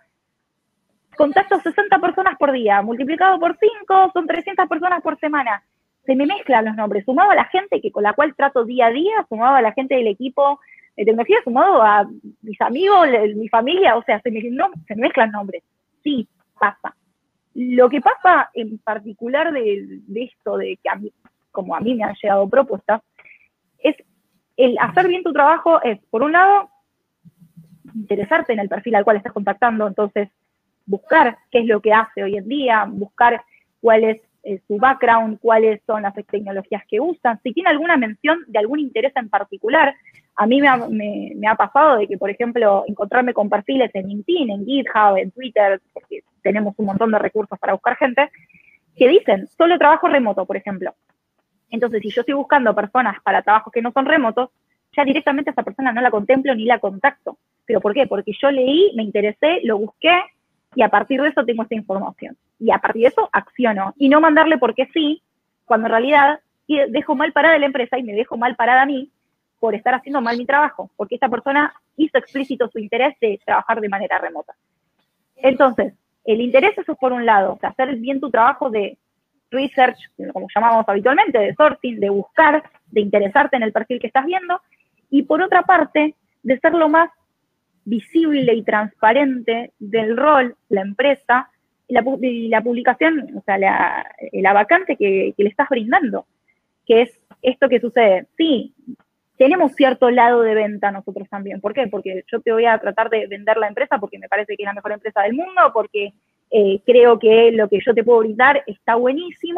contacto 60 personas por día, multiplicado por 5, son 300 personas por semana. Se me mezclan los nombres, sumado a la gente con la cual trato día a día, sumado a la gente del equipo de tecnología, sumado a mis amigos, mi familia, o sea, se me mezclan nombres. Sí, pasa. Lo que pasa en particular de esto, de que como a mí me han llegado propuestas, es el hacer bien tu trabajo es, por un lado, interesarte en el perfil al cual estás contactando, entonces buscar qué es lo que hace hoy en día, buscar cuál es su background, cuáles son las tecnologías que usan, si tiene alguna mención de algún interés en particular. A mí me ha pasado de que, por ejemplo, encontrarme con perfiles en LinkedIn, en GitHub, en Twitter, porque tenemos un montón de recursos para buscar gente, que dicen, solo trabajo remoto, por ejemplo. Entonces, si yo estoy buscando personas para trabajos que no son remotos, ya directamente a esa persona no la contemplo ni la contacto. ¿Pero por qué? Porque yo leí, me interesé, lo busqué, y a partir de eso tengo esta información. Y a partir de eso acciono. Y no mandarle porque sí, cuando en realidad dejo mal parada la empresa y me dejo mal parada a mí por estar haciendo mal mi trabajo, porque esta persona hizo explícito su interés de trabajar de manera remota. Entonces, el interés, eso es por un lado, o sea, hacer bien tu trabajo de research, como llamamos habitualmente, de sourcing, de buscar, de interesarte en el perfil que estás viendo, y por otra parte, de ser lo más visible y transparente del rol, la empresa, y la publicación, o sea, la vacante que le estás brindando, que es esto que sucede. Sí, tenemos cierto lado de venta nosotros también. ¿Por qué? Porque yo te voy a tratar de vender la empresa porque me parece que es la mejor empresa del mundo, porque creo que lo que yo te puedo brindar está buenísimo,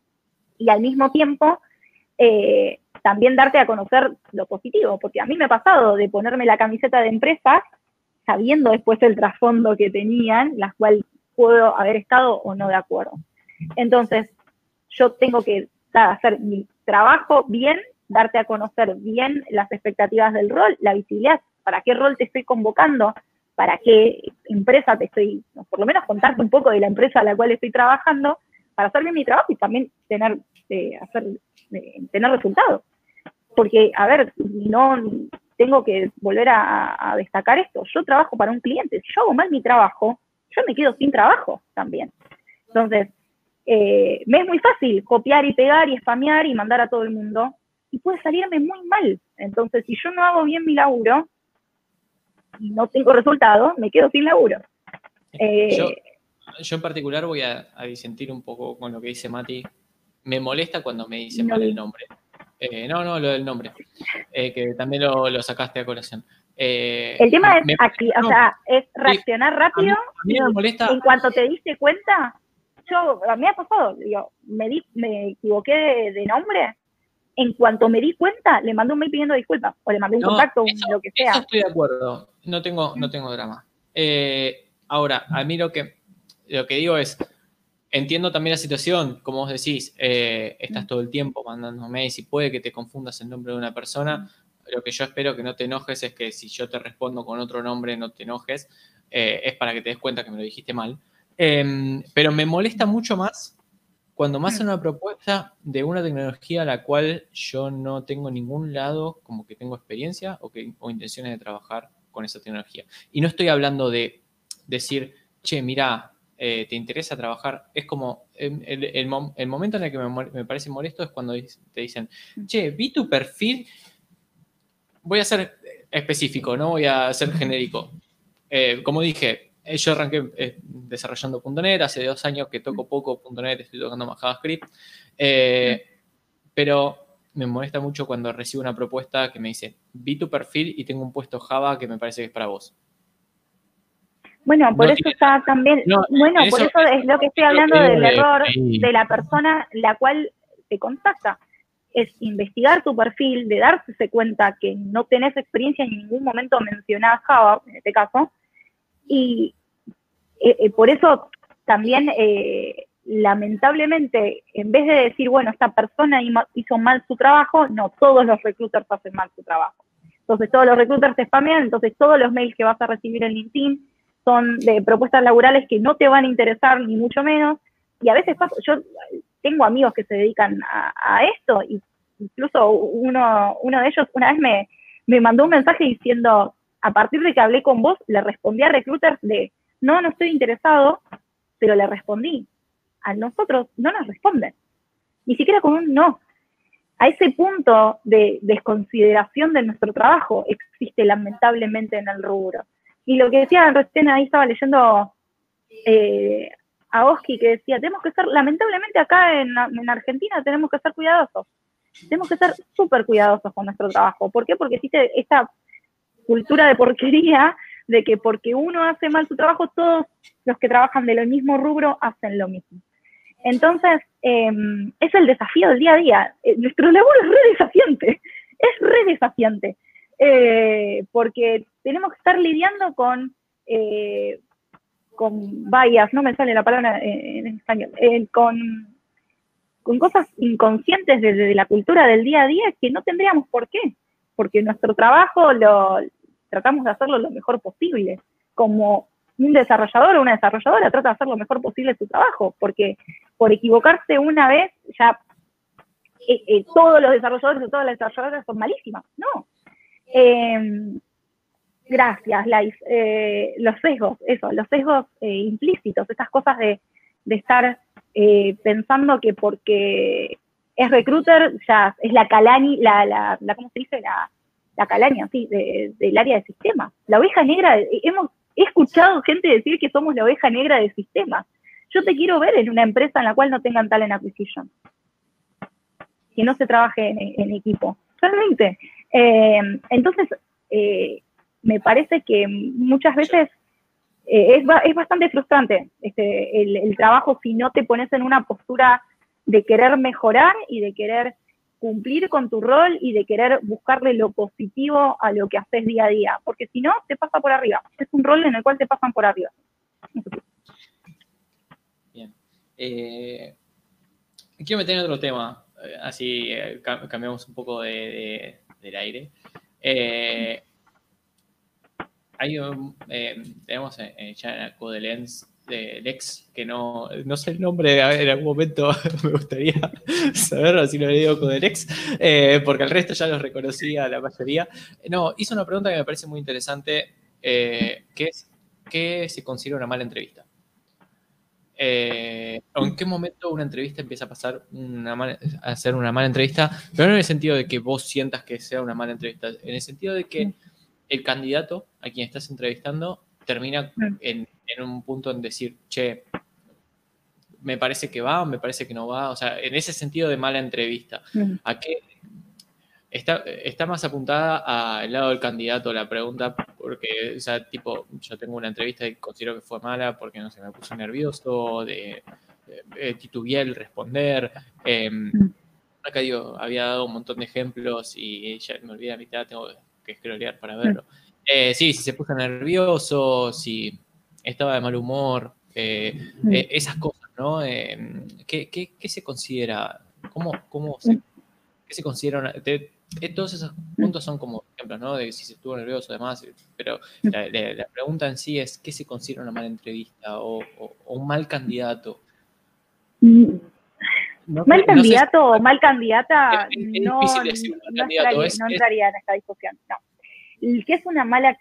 y al mismo tiempo también darte a conocer lo positivo, porque a mí me ha pasado de ponerme la camiseta de empresas sabiendo después el trasfondo que tenían, las cuales puedo haber estado o no de acuerdo. Entonces, yo tengo que hacer mi trabajo bien, darte a conocer bien las expectativas del rol, la visibilidad, para qué rol te estoy convocando, para qué empresa te estoy, por lo menos contarte un poco de la empresa a la cual estoy trabajando, para hacer bien mi trabajo y también tener resultados. Porque, a ver, no tengo que volver a destacar esto. Yo trabajo para un cliente. Si yo hago mal mi trabajo, yo me quedo sin trabajo también. Entonces, me es muy fácil copiar y pegar y spamear y mandar a todo el mundo, y puede salirme muy mal. Entonces, si yo no hago bien mi laburo y no tengo resultado, me quedo sin laburo. Yo en particular voy a disentir un poco con lo que dice Mati. Me molesta cuando me dicen mal el nombre. No, lo del nombre, que también lo sacaste a colación. El tema es aquí, o sea, es reaccionar rápido. A mí me molesta. En cuanto te diste cuenta, a mí me ha pasado, digo, me equivoqué de nombre. En cuanto me di cuenta, le mandé un mail pidiendo disculpas, o le mandé un contacto, lo que sea. Eso estoy de acuerdo, no tengo drama. Ahora, a mí lo que digo es, entiendo también la situación, como vos decís, estás todo el tiempo mandando mails y puede que te confundas el nombre de una persona. Lo que yo espero que no te enojes es que si yo te respondo con otro nombre, no te enojes. Es para que te des cuenta que me lo dijiste mal. Pero me molesta mucho más cuando me hacen una propuesta de una tecnología a la cual yo no tengo ningún lado como que tengo experiencia o intenciones de trabajar con esa tecnología. Y no estoy hablando de decir, che, mira, ¿te interesa trabajar? Es como el momento en el que me parece molesto es cuando te dicen, che, vi tu perfil. Voy a ser específico, no voy a ser genérico. Como dije, yo arranqué desarrollando .NET, hace 2 años que toco poco .NET, estoy tocando más JavaScript, pero me molesta mucho cuando recibo una propuesta que me dice, vi tu perfil y tengo un puesto Java que me parece que es para vos. Bueno, por eso está también, por eso es lo que estoy hablando del error de la persona la cual te contacta. Es investigar tu perfil, de darse cuenta que no tenés experiencia en ningún momento mencionada Java, en este caso, y por eso también, lamentablemente, en vez de decir, bueno, esta persona hizo mal su trabajo, no, todos los recruiters hacen mal su trabajo. Entonces todos los recruiters te spamean, entonces todos los mails que vas a recibir en LinkedIn son de propuestas laborales que no te van a interesar, ni mucho menos, y a veces yo tengo amigos que se dedican a esto, y incluso uno de ellos una vez me mandó un mensaje diciendo, a partir de que hablé con vos, le respondí a recruiters de, no estoy interesado, pero le respondí. A nosotros no nos responden, ni siquiera con un no. A ese punto de desconsideración de nuestro trabajo existe lamentablemente en el rubro. Y lo que decía recién, ahí estaba leyendo a Oski, que decía, tenemos que ser, lamentablemente acá en Argentina tenemos que ser cuidadosos. Tenemos que ser súper cuidadosos con nuestro trabajo. ¿Por qué? Porque existe esta cultura de porquería de que porque uno hace mal su trabajo, todos los que trabajan de lo mismo rubro hacen lo mismo. Entonces, es el desafío del día a día. Nuestro labor es re desafiante, porque tenemos que estar lidiando con bias, no me sale la palabra en español, con cosas inconscientes desde la cultura del día a día que no tendríamos por qué, porque nuestro trabajo tratamos de hacerlo lo mejor posible, como un desarrollador o una desarrolladora trata de hacer lo mejor posible su trabajo, porque por equivocarse una vez ya todos los desarrolladores o todas las desarrolladoras son malísimas, no. Gracias, Lais. Los sesgos implícitos, estas cosas de estar pensando que porque es recruiter ya es la calaña, ¿cómo se dice? La calaña, sí, del área de sistemas. La oveja negra, he escuchado gente decir que somos la oveja negra de sistemas. Yo te quiero ver en una empresa en la cual no tengan talent acquisition, que no se trabaje en equipo. Realmente. Entonces, me parece que muchas veces es bastante frustrante el trabajo si no te pones en una postura de querer mejorar y de querer cumplir con tu rol y de querer buscarle lo positivo a lo que haces día a día, porque si no, te pasa por arriba. Es un rol en el cual te pasan por arriba. Bien. Quiero meter en otro tema, así cambiamos un poco del aire. Tenemos ya en Codelens de Lex, que no sé el nombre, en algún momento me gustaría saberlo, si lo digo Codelex, porque al resto ya los reconocía la mayoría. No, hizo una pregunta que me parece muy interesante, que es, ¿qué se considera una mala entrevista? ¿O en qué momento una entrevista empieza a pasar a ser una mala entrevista? Pero no en el sentido de que vos sientas que sea una mala entrevista, en el sentido de que el candidato a quien estás entrevistando termina en un punto en decir, che, me parece que va o me parece que no va. O sea, en ese sentido de mala entrevista. ¿A qué? Está más apuntada al lado del candidato la pregunta, porque, o sea, tipo, yo tengo una entrevista y considero que fue mala porque, no sé, me puse nervioso, titubeé al responder. Acá digo, había dado un montón de ejemplos y ya me olvidé la mitad, tengo que scrollear para verlo. Sí, si se puso nervioso, si estaba de mal humor, esas cosas, ¿no? ¿Qué se considera? ¿Qué se considera? Todos esos puntos son como ejemplos, ¿no? De si se estuvo nervioso, demás, pero la pregunta en sí es, ¿qué se considera una mala entrevista o un mal candidato? Mal candidato o mal candidata es difícil decir mal candidato. No entraría en esta discusión. No. ¿Qué es una mala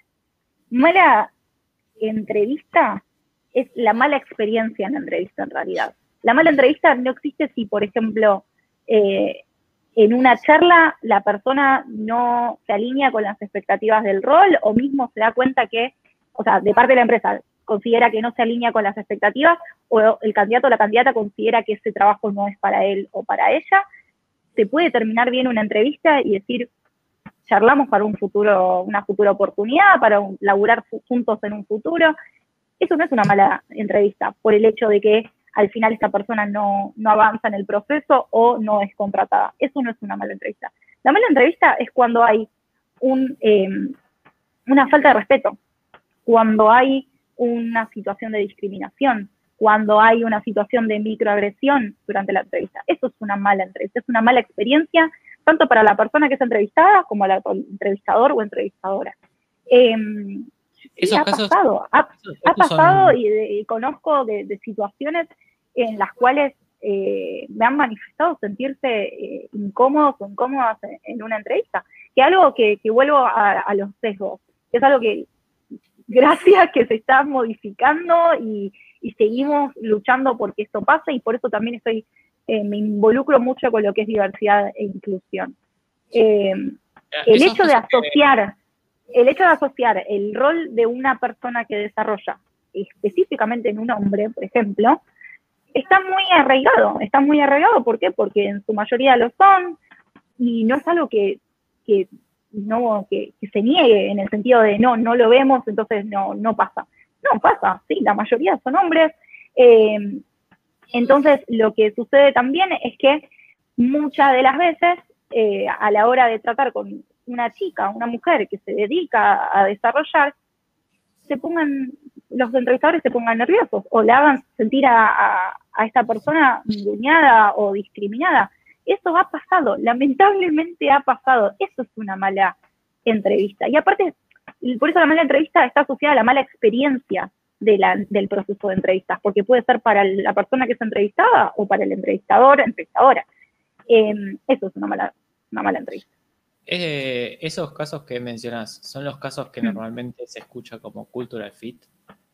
entrevista? Es la mala experiencia en la entrevista, en realidad. La mala entrevista no existe si, por ejemplo, en una charla la persona no se alinea con las expectativas del rol o mismo se da cuenta que, o sea, de parte de la empresa, considera que no se alinea con las expectativas o el candidato o la candidata considera que ese trabajo no es para él o para ella. Se puede terminar bien una entrevista y decir, charlamos para una futura oportunidad, para laburar juntos en un futuro. Eso no es una mala entrevista por el hecho de que al final esta persona no avanza en el proceso o no es contratada. Eso no es una mala entrevista. La mala entrevista es cuando hay una falta de respeto, cuando hay una situación de discriminación, cuando hay una situación de microagresión durante la entrevista. Eso es una mala entrevista, es una mala experiencia, tanto para la persona que es entrevistada como para el entrevistador o entrevistadora. Sí, ha pasado y conozco de situaciones en las cuales me han manifestado sentirse incómodos o incómodas en una entrevista, que es algo que vuelvo a los sesgos, que es algo que gracias que se está modificando y seguimos luchando porque esto pase y por eso también me involucro mucho con lo que es diversidad e inclusión. El hecho de asociar el rol de una persona que desarrolla específicamente en un hombre, por ejemplo, está muy arraigado. ¿Por qué? Porque en su mayoría lo son y no es algo que se niegue en el sentido de no lo vemos, entonces no pasa. No pasa, sí, la mayoría son hombres. Entonces, lo que sucede también es que muchas de las veces, a la hora de tratar con una chica, una mujer que se dedica a desarrollar, los entrevistadores se pongan nerviosos o le hagan sentir a esta persona ninguneada o discriminada. Eso ha pasado, lamentablemente ha pasado. Eso es una mala entrevista. Y aparte, por eso la mala entrevista está asociada a la mala experiencia del proceso de entrevistas, porque puede ser para la persona que es entrevistada o para el entrevistador, entrevistadora. Eso es una mala entrevista. Esos casos que mencionas, ¿son los casos que normalmente se escucha como cultural fit?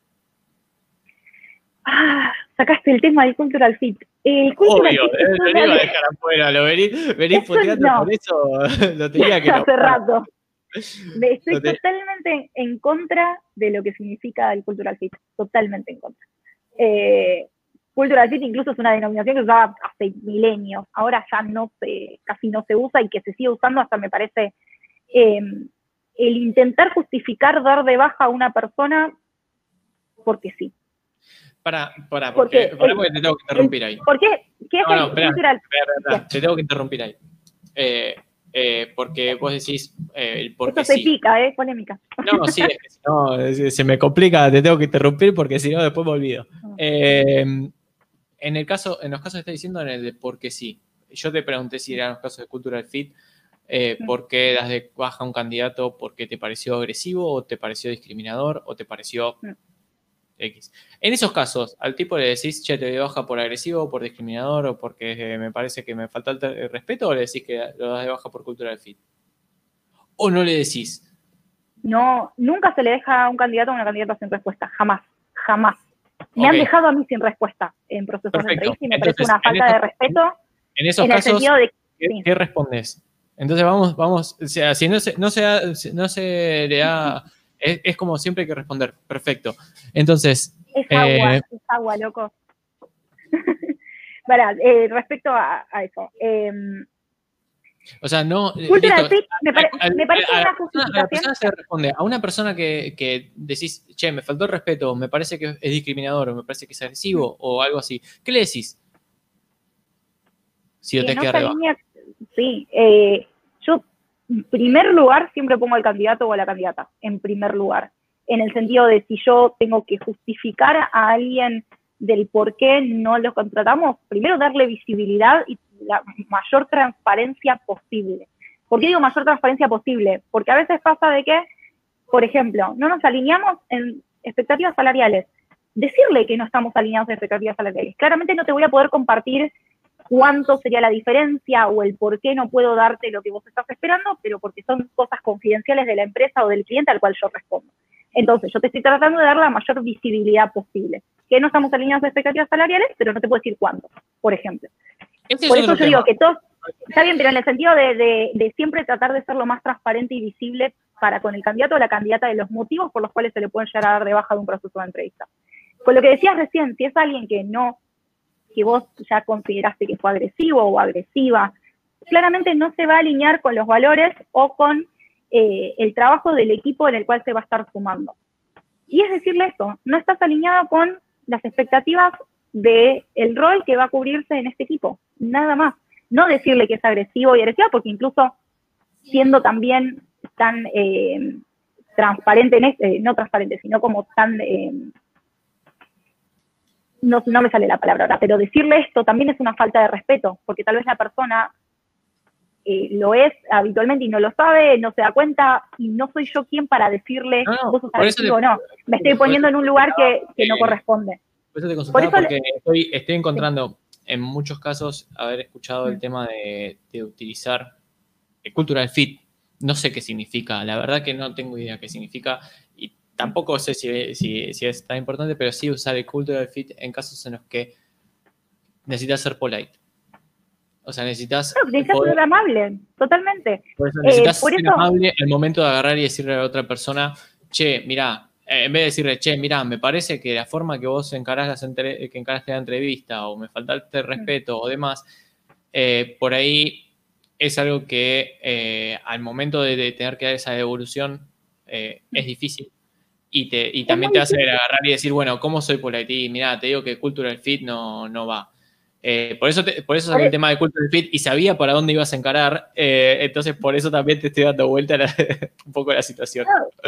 Sacaste el tema del cultural fit. Obvio, no lo iba a dejar afuera, lo venís puteando por eso, lo tenía que hace rato. Estoy totalmente en contra de lo que significa el cultural fit, totalmente en contra. Cultural fit incluso es una denominación que se usaba hace milenios, ahora ya casi no se usa y que se sigue usando hasta me parece el intentar justificar dar de baja a una persona porque sí. Porque te tengo que interrumpir ahí. ¿Por qué? ¿Qué es el cultural? Espera, te tengo que interrumpir ahí. Porque vos decís el por qué sí. Esto se pica, polémica. No, sí, es que si no, se me complica, te tengo que interrumpir porque si no después me olvido. En los casos que estás diciendo, en el de por qué sí. Yo te pregunté si eran los casos de cultural fit, por qué das de baja a un candidato, porque te pareció agresivo o te pareció discriminador o te pareció X. En esos casos, al tipo le decís, che, te doy de baja por agresivo, por discriminador o porque me parece que me falta el respeto, o le decís que lo das de baja por cultural fit. ¿O no le decís? No, nunca se le deja a un candidato o una candidata sin respuesta, jamás. Me han dejado a mí sin respuesta en procesos de entrevista y me parece una falta de respeto. En esos casos, el sentido de, ¿qué respondes? Entonces vamos, o sea, si no se le da, es como siempre hay que responder, perfecto. Entonces... Es agua, loco. Respecto a eso. O sea, no... Cultural fit, me parece una justificación. A la persona se responde, a una persona que decís, che, me faltó el respeto, me parece que es discriminador, o me parece que es agresivo, o algo así. ¿Qué le decís? Si te queda arriba. Sí, yo en primer lugar siempre pongo al candidato o a la candidata, en primer lugar. En el sentido de si yo tengo que justificar a alguien del por qué no lo contratamos, primero darle visibilidad y la mayor transparencia posible. ¿Por qué digo mayor transparencia posible? Porque a veces pasa de que, por ejemplo, no nos alineamos en expectativas salariales. Decirle que no estamos alineados en expectativas salariales. Claramente no te voy a poder compartir cuánto sería la diferencia o el por qué no puedo darte lo que vos estás esperando, pero porque son cosas confidenciales de la empresa o del cliente al cual yo respondo. Entonces, yo te estoy tratando de dar la mayor visibilidad posible. Que no estamos alineados a expectativas salariales, pero no te puedo decir cuánto, por ejemplo. Por eso yo digo que todos, está bien, pero en el sentido de siempre tratar de ser lo más transparente y visible para con el candidato o la candidata de los motivos por los cuales se le pueden llegar a dar de baja de un proceso de entrevista. Con lo que decías recién, si es alguien que vos ya consideraste que fue agresivo o agresiva, claramente no se va a alinear con los valores o con el trabajo del equipo en el cual se va a estar sumando. Y es decirle esto, no estás alineado con las expectativas del rol que va a cubrirse en este equipo, nada más. No decirle que es agresivo y agresiva, porque incluso siendo también tan transparente, no transparente, sino como tan... no me sale la palabra ahora, pero decirle esto también es una falta de respeto, porque tal vez la persona lo es habitualmente y no lo sabe, no se da cuenta, y no soy yo quien para decirle, vos sos agresivo, no. Me estoy poniendo en un lugar que no corresponde. Por eso te consultaba, porque estoy encontrando, en muchos casos, haber escuchado el tema de utilizar el cultural fit. No sé qué significa, la verdad que no tengo idea qué significa, y tampoco sé si es tan importante, pero sí usar el cultural fit en casos en los que necesitas ser polite. O sea, necesitas ser amable, totalmente. Por eso necesitas ser amable al momento de agarrar y decirle a la otra persona, che, mirá, en vez de decirle, che, mirá, me parece que la forma que vos encarás la entrevista o me faltaste respeto o demás, por ahí es algo que al momento de tener que dar esa devolución es difícil. Y también te hace agarrar y decir, bueno, ¿cómo soy polite? Y mirá, te digo que cultural fit no va. Por eso salió el tema de cultural fit y sabía para dónde ibas a encarar, entonces por eso también te estoy dando vuelta un poco la situación.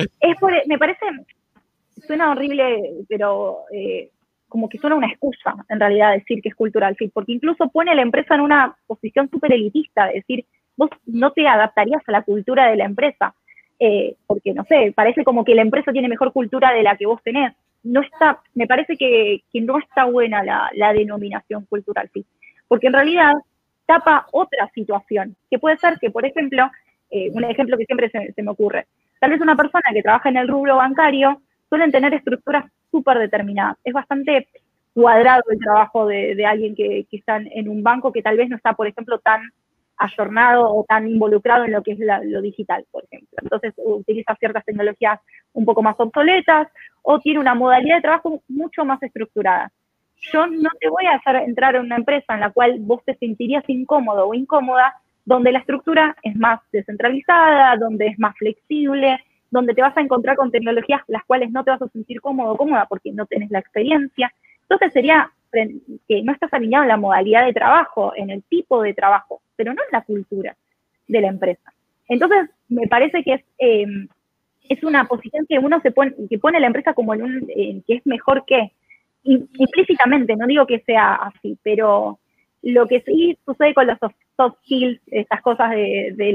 Me parece, suena horrible, pero como que suena una excusa en realidad decir que es cultural fit, porque incluso pone a la empresa en una posición súper elitista, es decir, vos no te adaptarías a la cultura de la empresa, porque no sé, parece como que la empresa tiene mejor cultura de la que vos tenés. No está, me parece que no está buena la denominación cultural fit, porque en realidad tapa otra situación, que puede ser que, por ejemplo, un ejemplo que siempre se me ocurre, tal vez una persona que trabaja en el rubro bancario suelen tener estructuras súper determinadas, es bastante cuadrado el trabajo de alguien que está en un banco que tal vez no está, por ejemplo, tan ayornado o tan involucrado en lo que es lo digital, por ejemplo. Entonces utiliza ciertas tecnologías un poco más obsoletas o tiene una modalidad de trabajo mucho más estructurada. Yo no te voy a hacer entrar en una empresa en la cual vos te sentirías incómodo o incómoda, donde la estructura es más descentralizada, donde es más flexible, donde te vas a encontrar con tecnologías las cuales no te vas a sentir cómodo o cómoda porque no tenés la experiencia. Entonces sería que no estás alineado en la modalidad de trabajo, en el tipo de trabajo, pero no en la cultura de la empresa. Entonces, me parece que es una posición que uno que pone a la empresa como que es mejor que, implícitamente, no digo que sea así, pero lo que sí sucede con los soft skills, estas cosas de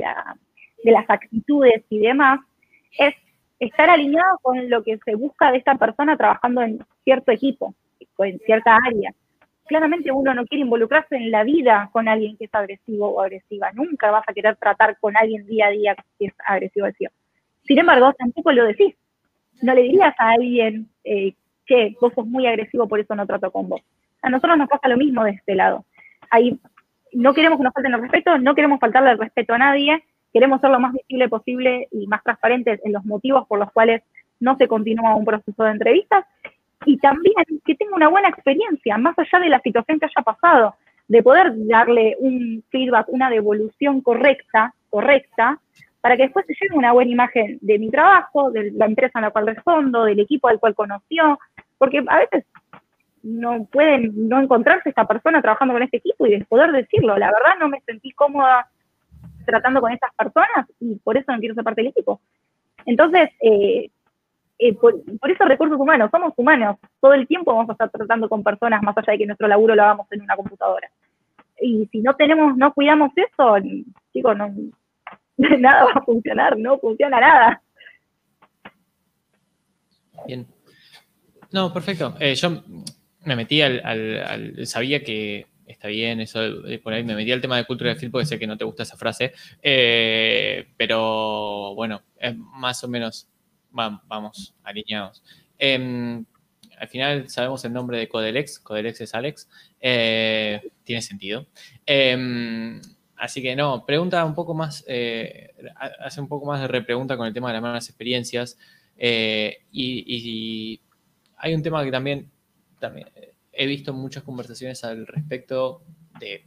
las actitudes y demás, es estar alineado con lo que se busca de esta persona trabajando en cierto equipo, o en cierta área. Claramente uno no quiere involucrarse en la vida con alguien que es agresivo o agresiva. Nunca vas a querer tratar con alguien día a día que es agresivo o agresivo. Sin embargo, tampoco lo decís. No le dirías a alguien, che, che, vos sos muy agresivo, por eso no trato con vos. A nosotros nos pasa lo mismo de este lado. Ahí no queremos que nos falten el respeto, no queremos faltarle el respeto a nadie, queremos ser lo más visible posible y más transparentes en los motivos por los cuales no se continúa un proceso de entrevistas, y también que tenga una buena experiencia, más allá de la situación que haya pasado, de poder darle un feedback, una devolución correcta, para que después se lleve una buena imagen de mi trabajo, de la empresa en la cual respondo, del equipo al cual conoció, porque a veces no pueden no encontrarse esta persona trabajando con este equipo y de poder decirlo, la verdad no me sentí cómoda tratando con estas personas y por eso no quiero ser parte del equipo. Entonces, por eso recursos humanos, somos humanos, todo el tiempo vamos a estar tratando con personas más allá de que nuestro laburo lo hagamos en una computadora. Y si no cuidamos eso, chicos, nada va a funcionar, no funciona nada. Bien. No, perfecto. Yo me metí sabía que está bien, eso por ahí me metí al tema de cultura de fit porque sé que no te gusta esa frase, pero bueno, más o menos vamos alineados. Al final sabemos el nombre de Codelex es Alex, tiene sentido. Así que no, pregunta un poco más, hace un poco más de repregunta con el tema de las malas experiencias, y hay un tema que también he visto muchas conversaciones al respecto de...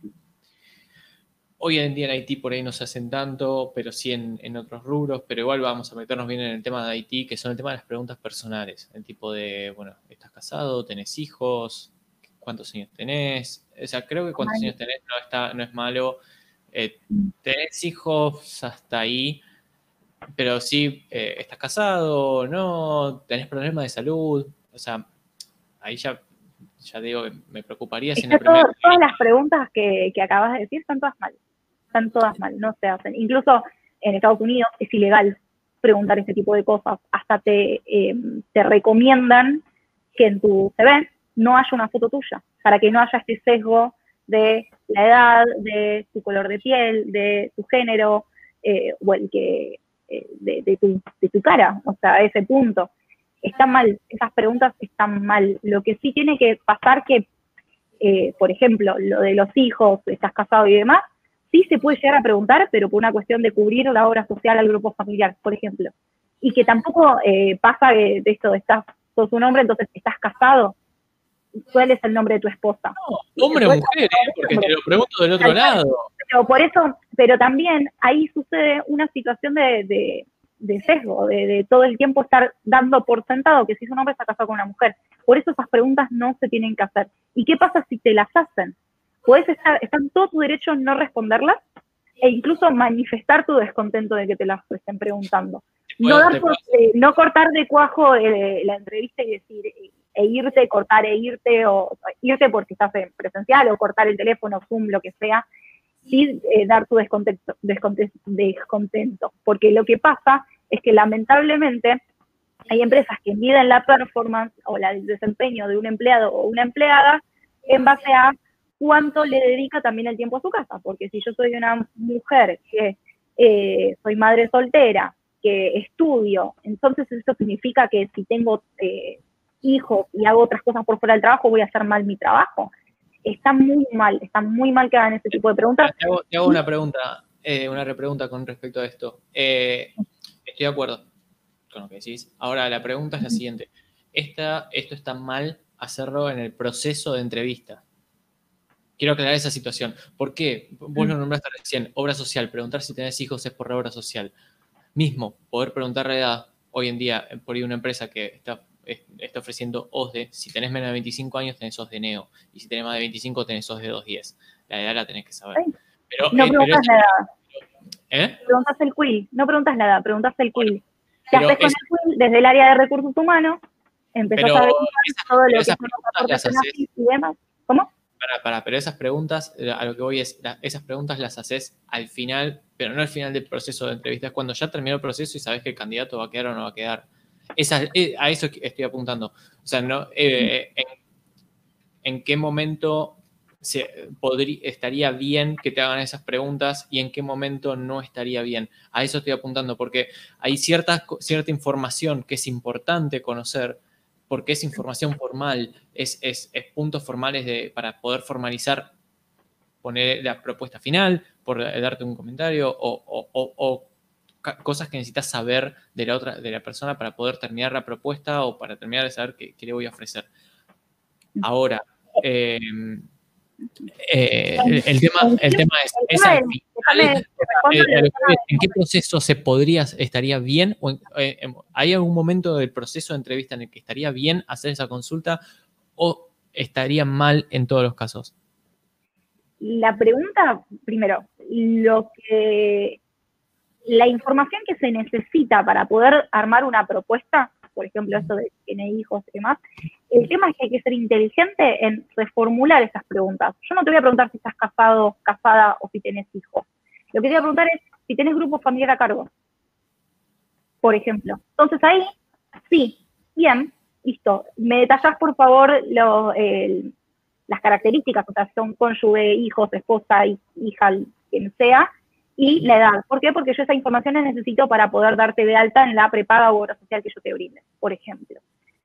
Hoy en día en Haití por ahí no se hacen tanto, pero sí en otros rubros, pero igual vamos a meternos bien en el tema de Haití, que son el tema de las preguntas personales, el tipo de, bueno, ¿estás casado? ¿Tenés hijos? ¿Cuántos años tenés? O sea, creo que cuántos años tenés no es malo. ¿Tenés hijos? Hasta ahí. Pero sí, ¿estás casado? ¿No? ¿Tenés problemas de salud? O sea, ahí ya digo que me preocuparía si en el primer... Todas las preguntas que acabas de decir están todas mal, no se hacen. Incluso en Estados Unidos es ilegal preguntar este tipo de cosas. Hasta te recomiendan que en tu CV no haya una foto tuya, para que no haya este sesgo de la edad, de tu color de piel, de tu género, o el que de tu cara, o sea, a ese punto. Está mal, esas preguntas están mal. Lo que sí tiene que pasar que, por ejemplo, lo de los hijos, estás casado y demás, sí se puede llegar a preguntar, pero por una cuestión de cubrir la obra social al grupo familiar, por ejemplo. Y que tampoco pasa de esto, sos un hombre, entonces estás casado. ¿Cuál es el nombre de tu esposa? No, hombre o mujer, porque te lo pregunto del otro lado. Pero por eso, pero también ahí sucede una situación de sesgo, de todo el tiempo estar dando por sentado que si es un hombre está casado con una mujer. Por eso esas preguntas no se tienen que hacer. ¿Y qué pasa si te las hacen? Está en todo tu derecho en no responderlas e incluso manifestar tu descontento de que te las estén preguntando. No cortar de cuajo la entrevista y decir, cortar e irte, o irte porque estás en presencial, o cortar el teléfono, Zoom, lo que sea, sí dar tu descontento. Porque lo que pasa es que lamentablemente hay empresas que miden la performance o el desempeño de un empleado o una empleada en base a cuánto le dedica también el tiempo a su casa. Porque si yo soy una mujer que soy madre soltera, que estudio, entonces eso significa que si tengo hijos y hago otras cosas por fuera del trabajo, voy a hacer mal mi trabajo. Está muy mal que hagan ese tipo de preguntas. Te hago una pregunta, una repregunta con respecto a esto. Estoy de acuerdo con lo que decís. Ahora, la pregunta es la siguiente. Esto está mal hacerlo en el proceso de entrevista. Quiero aclarar esa situación. ¿Por qué? Vos lo nombraste recién, obra social. Preguntar si tenés hijos es por la obra social. Mismo, poder preguntarle a hoy en día por una empresa que está ofreciendo OSDE, si tenés menos de 25 años tenés OSDE Neo, y si tenés más de 25 tenés OSDE 210. La edad la tenés que saber. Pero, no preguntas nada. ¿Eh? Preguntas el quill, no preguntas nada, preguntas el quill. ¿Qué haces con el quill desde el área de recursos humanos? Empezás a ver todo lo que son los aportes y demás. ¿Cómo? Pero esas preguntas, a lo que voy es, esas preguntas las haces al final, pero no al final del proceso de entrevista, es cuando ya terminó el proceso y sabes que el candidato va a quedar o no va a quedar. A eso estoy apuntando. O sea, no, ¿en qué momento estaría bien que te hagan esas preguntas y en qué momento no estaría bien? A eso estoy apuntando, porque hay cierta información que es importante conocer, porque es información formal, es puntos formales para poder formalizar, poner la propuesta final, por darte un comentario, o cosas que necesitas saber de la persona para poder terminar la propuesta o para terminar de saber qué le voy a ofrecer. Ahora, el tema es al final, ¿en qué proceso estaría bien? O ¿hay algún momento del proceso de entrevista en el que estaría bien hacer esa consulta o estaría mal en todos los casos? La pregunta, primero, la información que se necesita para poder armar una propuesta, por ejemplo, esto de que tiene hijos y demás, el tema es que hay que ser inteligente en reformular esas preguntas. Yo no te voy a preguntar si estás casado, casada o si tenés hijos. Lo que te voy a preguntar es si tenés grupo familiar a cargo, por ejemplo. Entonces ahí, sí, bien, listo. Me detallás, por favor, las características, o sea, son cónyuge, hijos, esposa, hija, quien sea, y la edad. ¿Por qué? Porque yo esa información la necesito para poder darte de alta en la prepaga o obra social que yo te brinde, por ejemplo.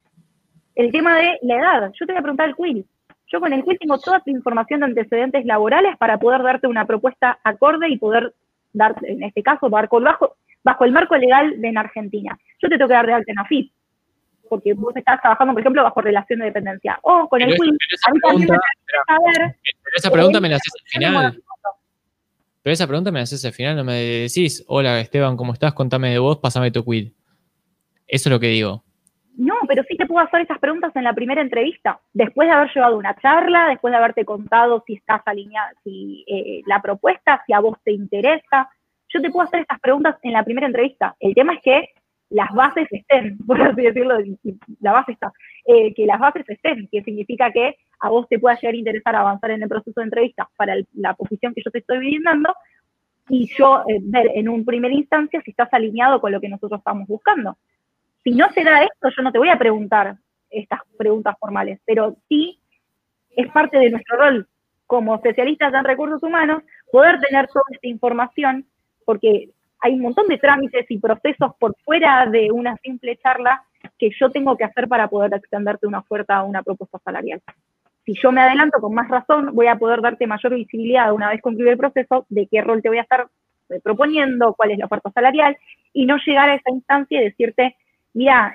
El tema de la edad, yo te voy a preguntar el quiz. Yo con el quiz tengo toda tu información de antecedentes laborales para poder darte una propuesta acorde y poder dar, en este caso, bajo el marco legal de en Argentina. Yo te tengo que dar de alta en AFIP, porque vos estás trabajando, por ejemplo, bajo relación de dependencia. O con el quiz, a mí también me interesa saber... Pero esa pregunta me la haces al final. Pero esa pregunta me la haces al final, no me decís, hola Esteban, ¿cómo estás? Contame de vos, pásame tu quid. Eso es lo que digo. No, pero sí te puedo hacer esas preguntas en la primera entrevista, después de haber llevado una charla, después de haberte contado si estás alineada, si la propuesta, si a vos te interesa. Yo te puedo hacer estas preguntas en la primera entrevista. El tema es que las bases estén, por así decirlo, la base está, que las bases estén, que significa que a vos te pueda llegar a interesar avanzar en el proceso de entrevista para la posición que yo te estoy brindando, y yo ver en un primer instancia si estás alineado con lo que nosotros estamos buscando. Si no se da esto, yo no te voy a preguntar estas preguntas formales, pero sí es parte de nuestro rol como especialistas en recursos humanos poder tener toda esta información, porque hay un montón de trámites y procesos por fuera de una simple charla que yo tengo que hacer para poder extenderte una oferta o una propuesta salarial. Si yo me adelanto, con más razón, voy a poder darte mayor visibilidad una vez concluido el proceso de qué rol te voy a estar proponiendo, cuál es la oferta salarial, y no llegar a esa instancia y decirte, mira,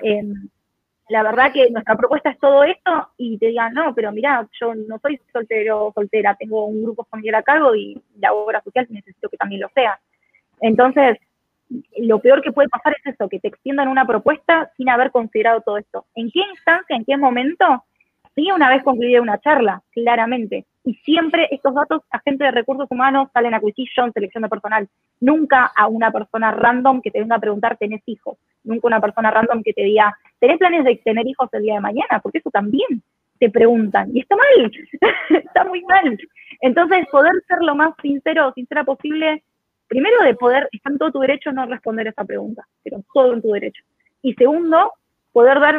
la verdad que nuestra propuesta es todo esto, y te digan, no, pero mira, yo no soy soltero o soltera, tengo un grupo familiar a cargo y la obra social necesito que también lo sea. Entonces, lo peor que puede pasar es eso, que te extiendan una propuesta sin haber considerado todo esto. ¿En qué instancia, en qué momento? Sí, una vez concluida una charla, claramente. Y siempre estos datos, agentes de recursos humanos, salen a acquisition, selección de personal. Nunca a una persona random que te venga a preguntar, ¿tenés hijos? Nunca una persona random que te diga, ¿tenés planes de tener hijos el día de mañana? Porque eso también te preguntan. Y está mal, está muy mal. Entonces, poder ser lo más sincero o sincera posible, primero de poder, está en todo tu derecho no responder esa pregunta, pero todo en tu derecho. Y segundo, poder dar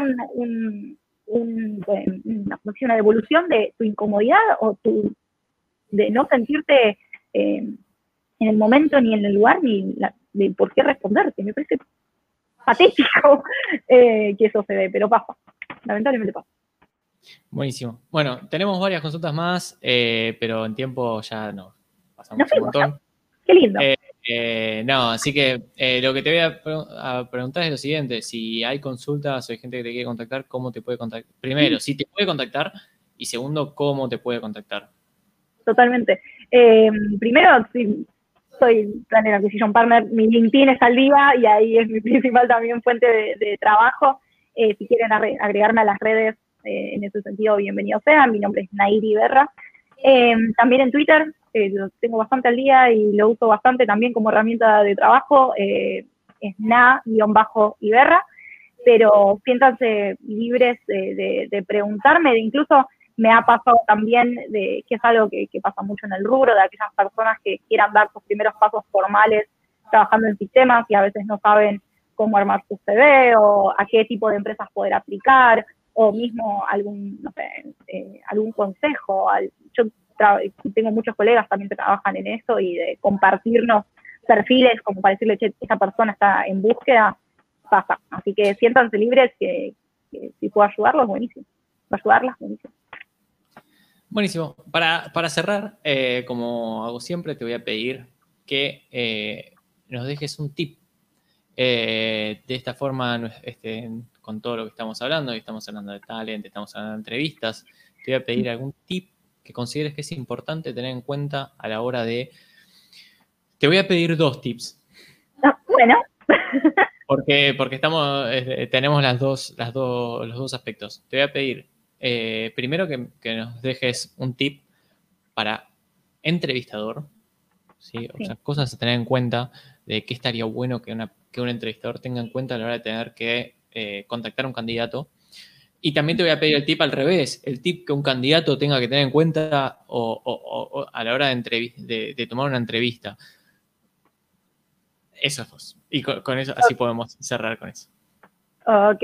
una devolución de tu incomodidad o de no sentirte en el momento ni en el lugar ni de por qué responderte. Me parece patético que eso se dé, pero pasa, lamentablemente pasa. Buenísimo. Bueno, tenemos varias consultas más, pero en tiempo ya no pasamos un montón. Qué lindo. No, así que lo que te voy a preguntar es lo siguiente: si hay consultas o hay gente que te quiere contactar, ¿cómo te puede contactar? Primero, si te puede contactar, y segundo, ¿cómo te puede contactar? Totalmente. Primero, sí, soy Planner Acquisition Partner, mi LinkedIn es al día y ahí es mi principal también fuente de trabajo. Si quieren agregarme a las redes, en ese sentido, bienvenido sea. Mi nombre es Nairi Iberra. También en Twitter, lo tengo bastante al día y lo uso bastante también como herramienta de trabajo, es na-iberra, pero siéntanse libres de preguntarme, incluso me ha pasado también, que es algo que pasa mucho en el rubro, de aquellas personas que quieran dar sus primeros pasos formales trabajando en sistemas y a veces no saben cómo armar su CV o a qué tipo de empresas poder aplicar, o mismo algún consejo. Yo tengo muchos colegas también que trabajan en eso y de compartirnos perfiles como para decirle, che, esa persona está en búsqueda, pasa. Así que siéntanse libres que si puedo ayudarlos, buenísimo. Ayudarlas, buenísimo. Buenísimo. Para cerrar, como hago siempre, te voy a pedir que nos dejes un tip. De esta forma, con todo lo que estamos hablando de talent, estamos hablando de entrevistas, te voy a pedir algún tip que consideres que es importante tener en cuenta a la hora de... Te voy a pedir 2 tips. Bueno. Porque tenemos los dos aspectos. Te voy a pedir primero que nos dejes un tip para entrevistador, ¿sí? O sea, cosas a tener en cuenta de qué estaría bueno que un entrevistador tenga en cuenta a la hora de tener que contactar a un candidato. Y también te voy a pedir el tip al revés, el tip que un candidato tenga que tener en cuenta a la hora de tomar una entrevista. Esos dos. Y con eso, así podemos cerrar con eso. Ok.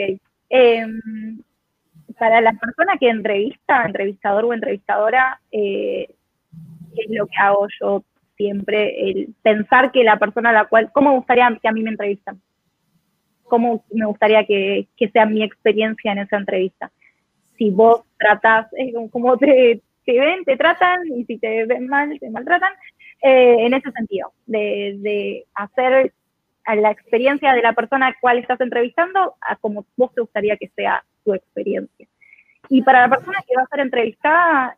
Para la persona que entrevista, entrevistador o entrevistadora, es lo que hago yo siempre, el pensar que la persona a la cual, ¿cómo me gustaría que a mí me entrevistan? ¿Cómo me gustaría que sea mi experiencia en esa entrevista? Si vos tratás, como te ven, te tratan, y si te ven mal, te maltratan, en ese sentido, de hacer a la experiencia de la persona a la cual estás entrevistando a como vos te gustaría que sea tu experiencia. Y para la persona que va a ser entrevistada,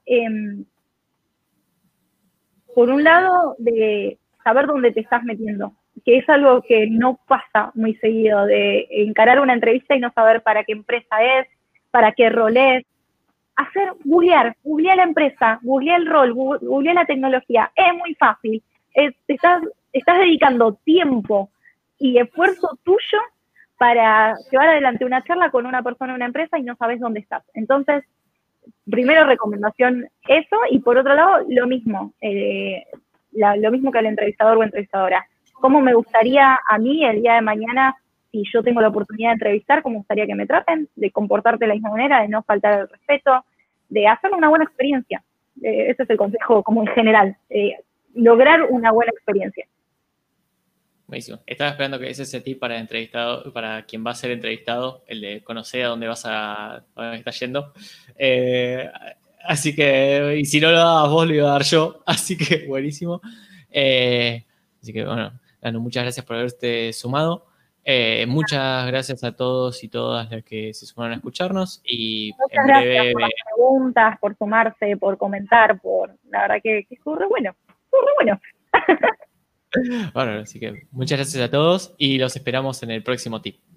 por un lado, de saber dónde te estás metiendo, que es algo que no pasa muy seguido, de encarar una entrevista y no saber para qué empresa es, para qué rol es. Googlear la empresa, googlear el rol, googlear la tecnología. Es muy fácil. Estás dedicando tiempo y esfuerzo tuyo para llevar adelante una charla con una persona en una empresa y no sabes dónde estás. Entonces, primero recomendación eso, y por otro lado, lo mismo que al entrevistador o entrevistadora. ¿Cómo me gustaría a mí el día de mañana, si yo tengo la oportunidad de entrevistar, cómo me gustaría que me traten, de comportarte de la misma manera, de no faltar el respeto, de hacer una buena experiencia? Ese es el consejo como en general, lograr una buena experiencia. Buenísimo. Estaba esperando que ese es el tip para el entrevistado, para quien va a ser entrevistado, el de conocer a dónde estás yendo. Así que, y si no lo dabas vos, lo iba a dar yo. Así que, buenísimo. Así que, bueno, Danu, muchas gracias por haberte sumado. Muchas gracias a todos y todas las que se sumaron a escucharnos. Y muchas gracias por las preguntas, por sumarse, por comentar, la verdad que estuvo re bueno. Bueno, así que muchas gracias a todos y los esperamos en el próximo tip.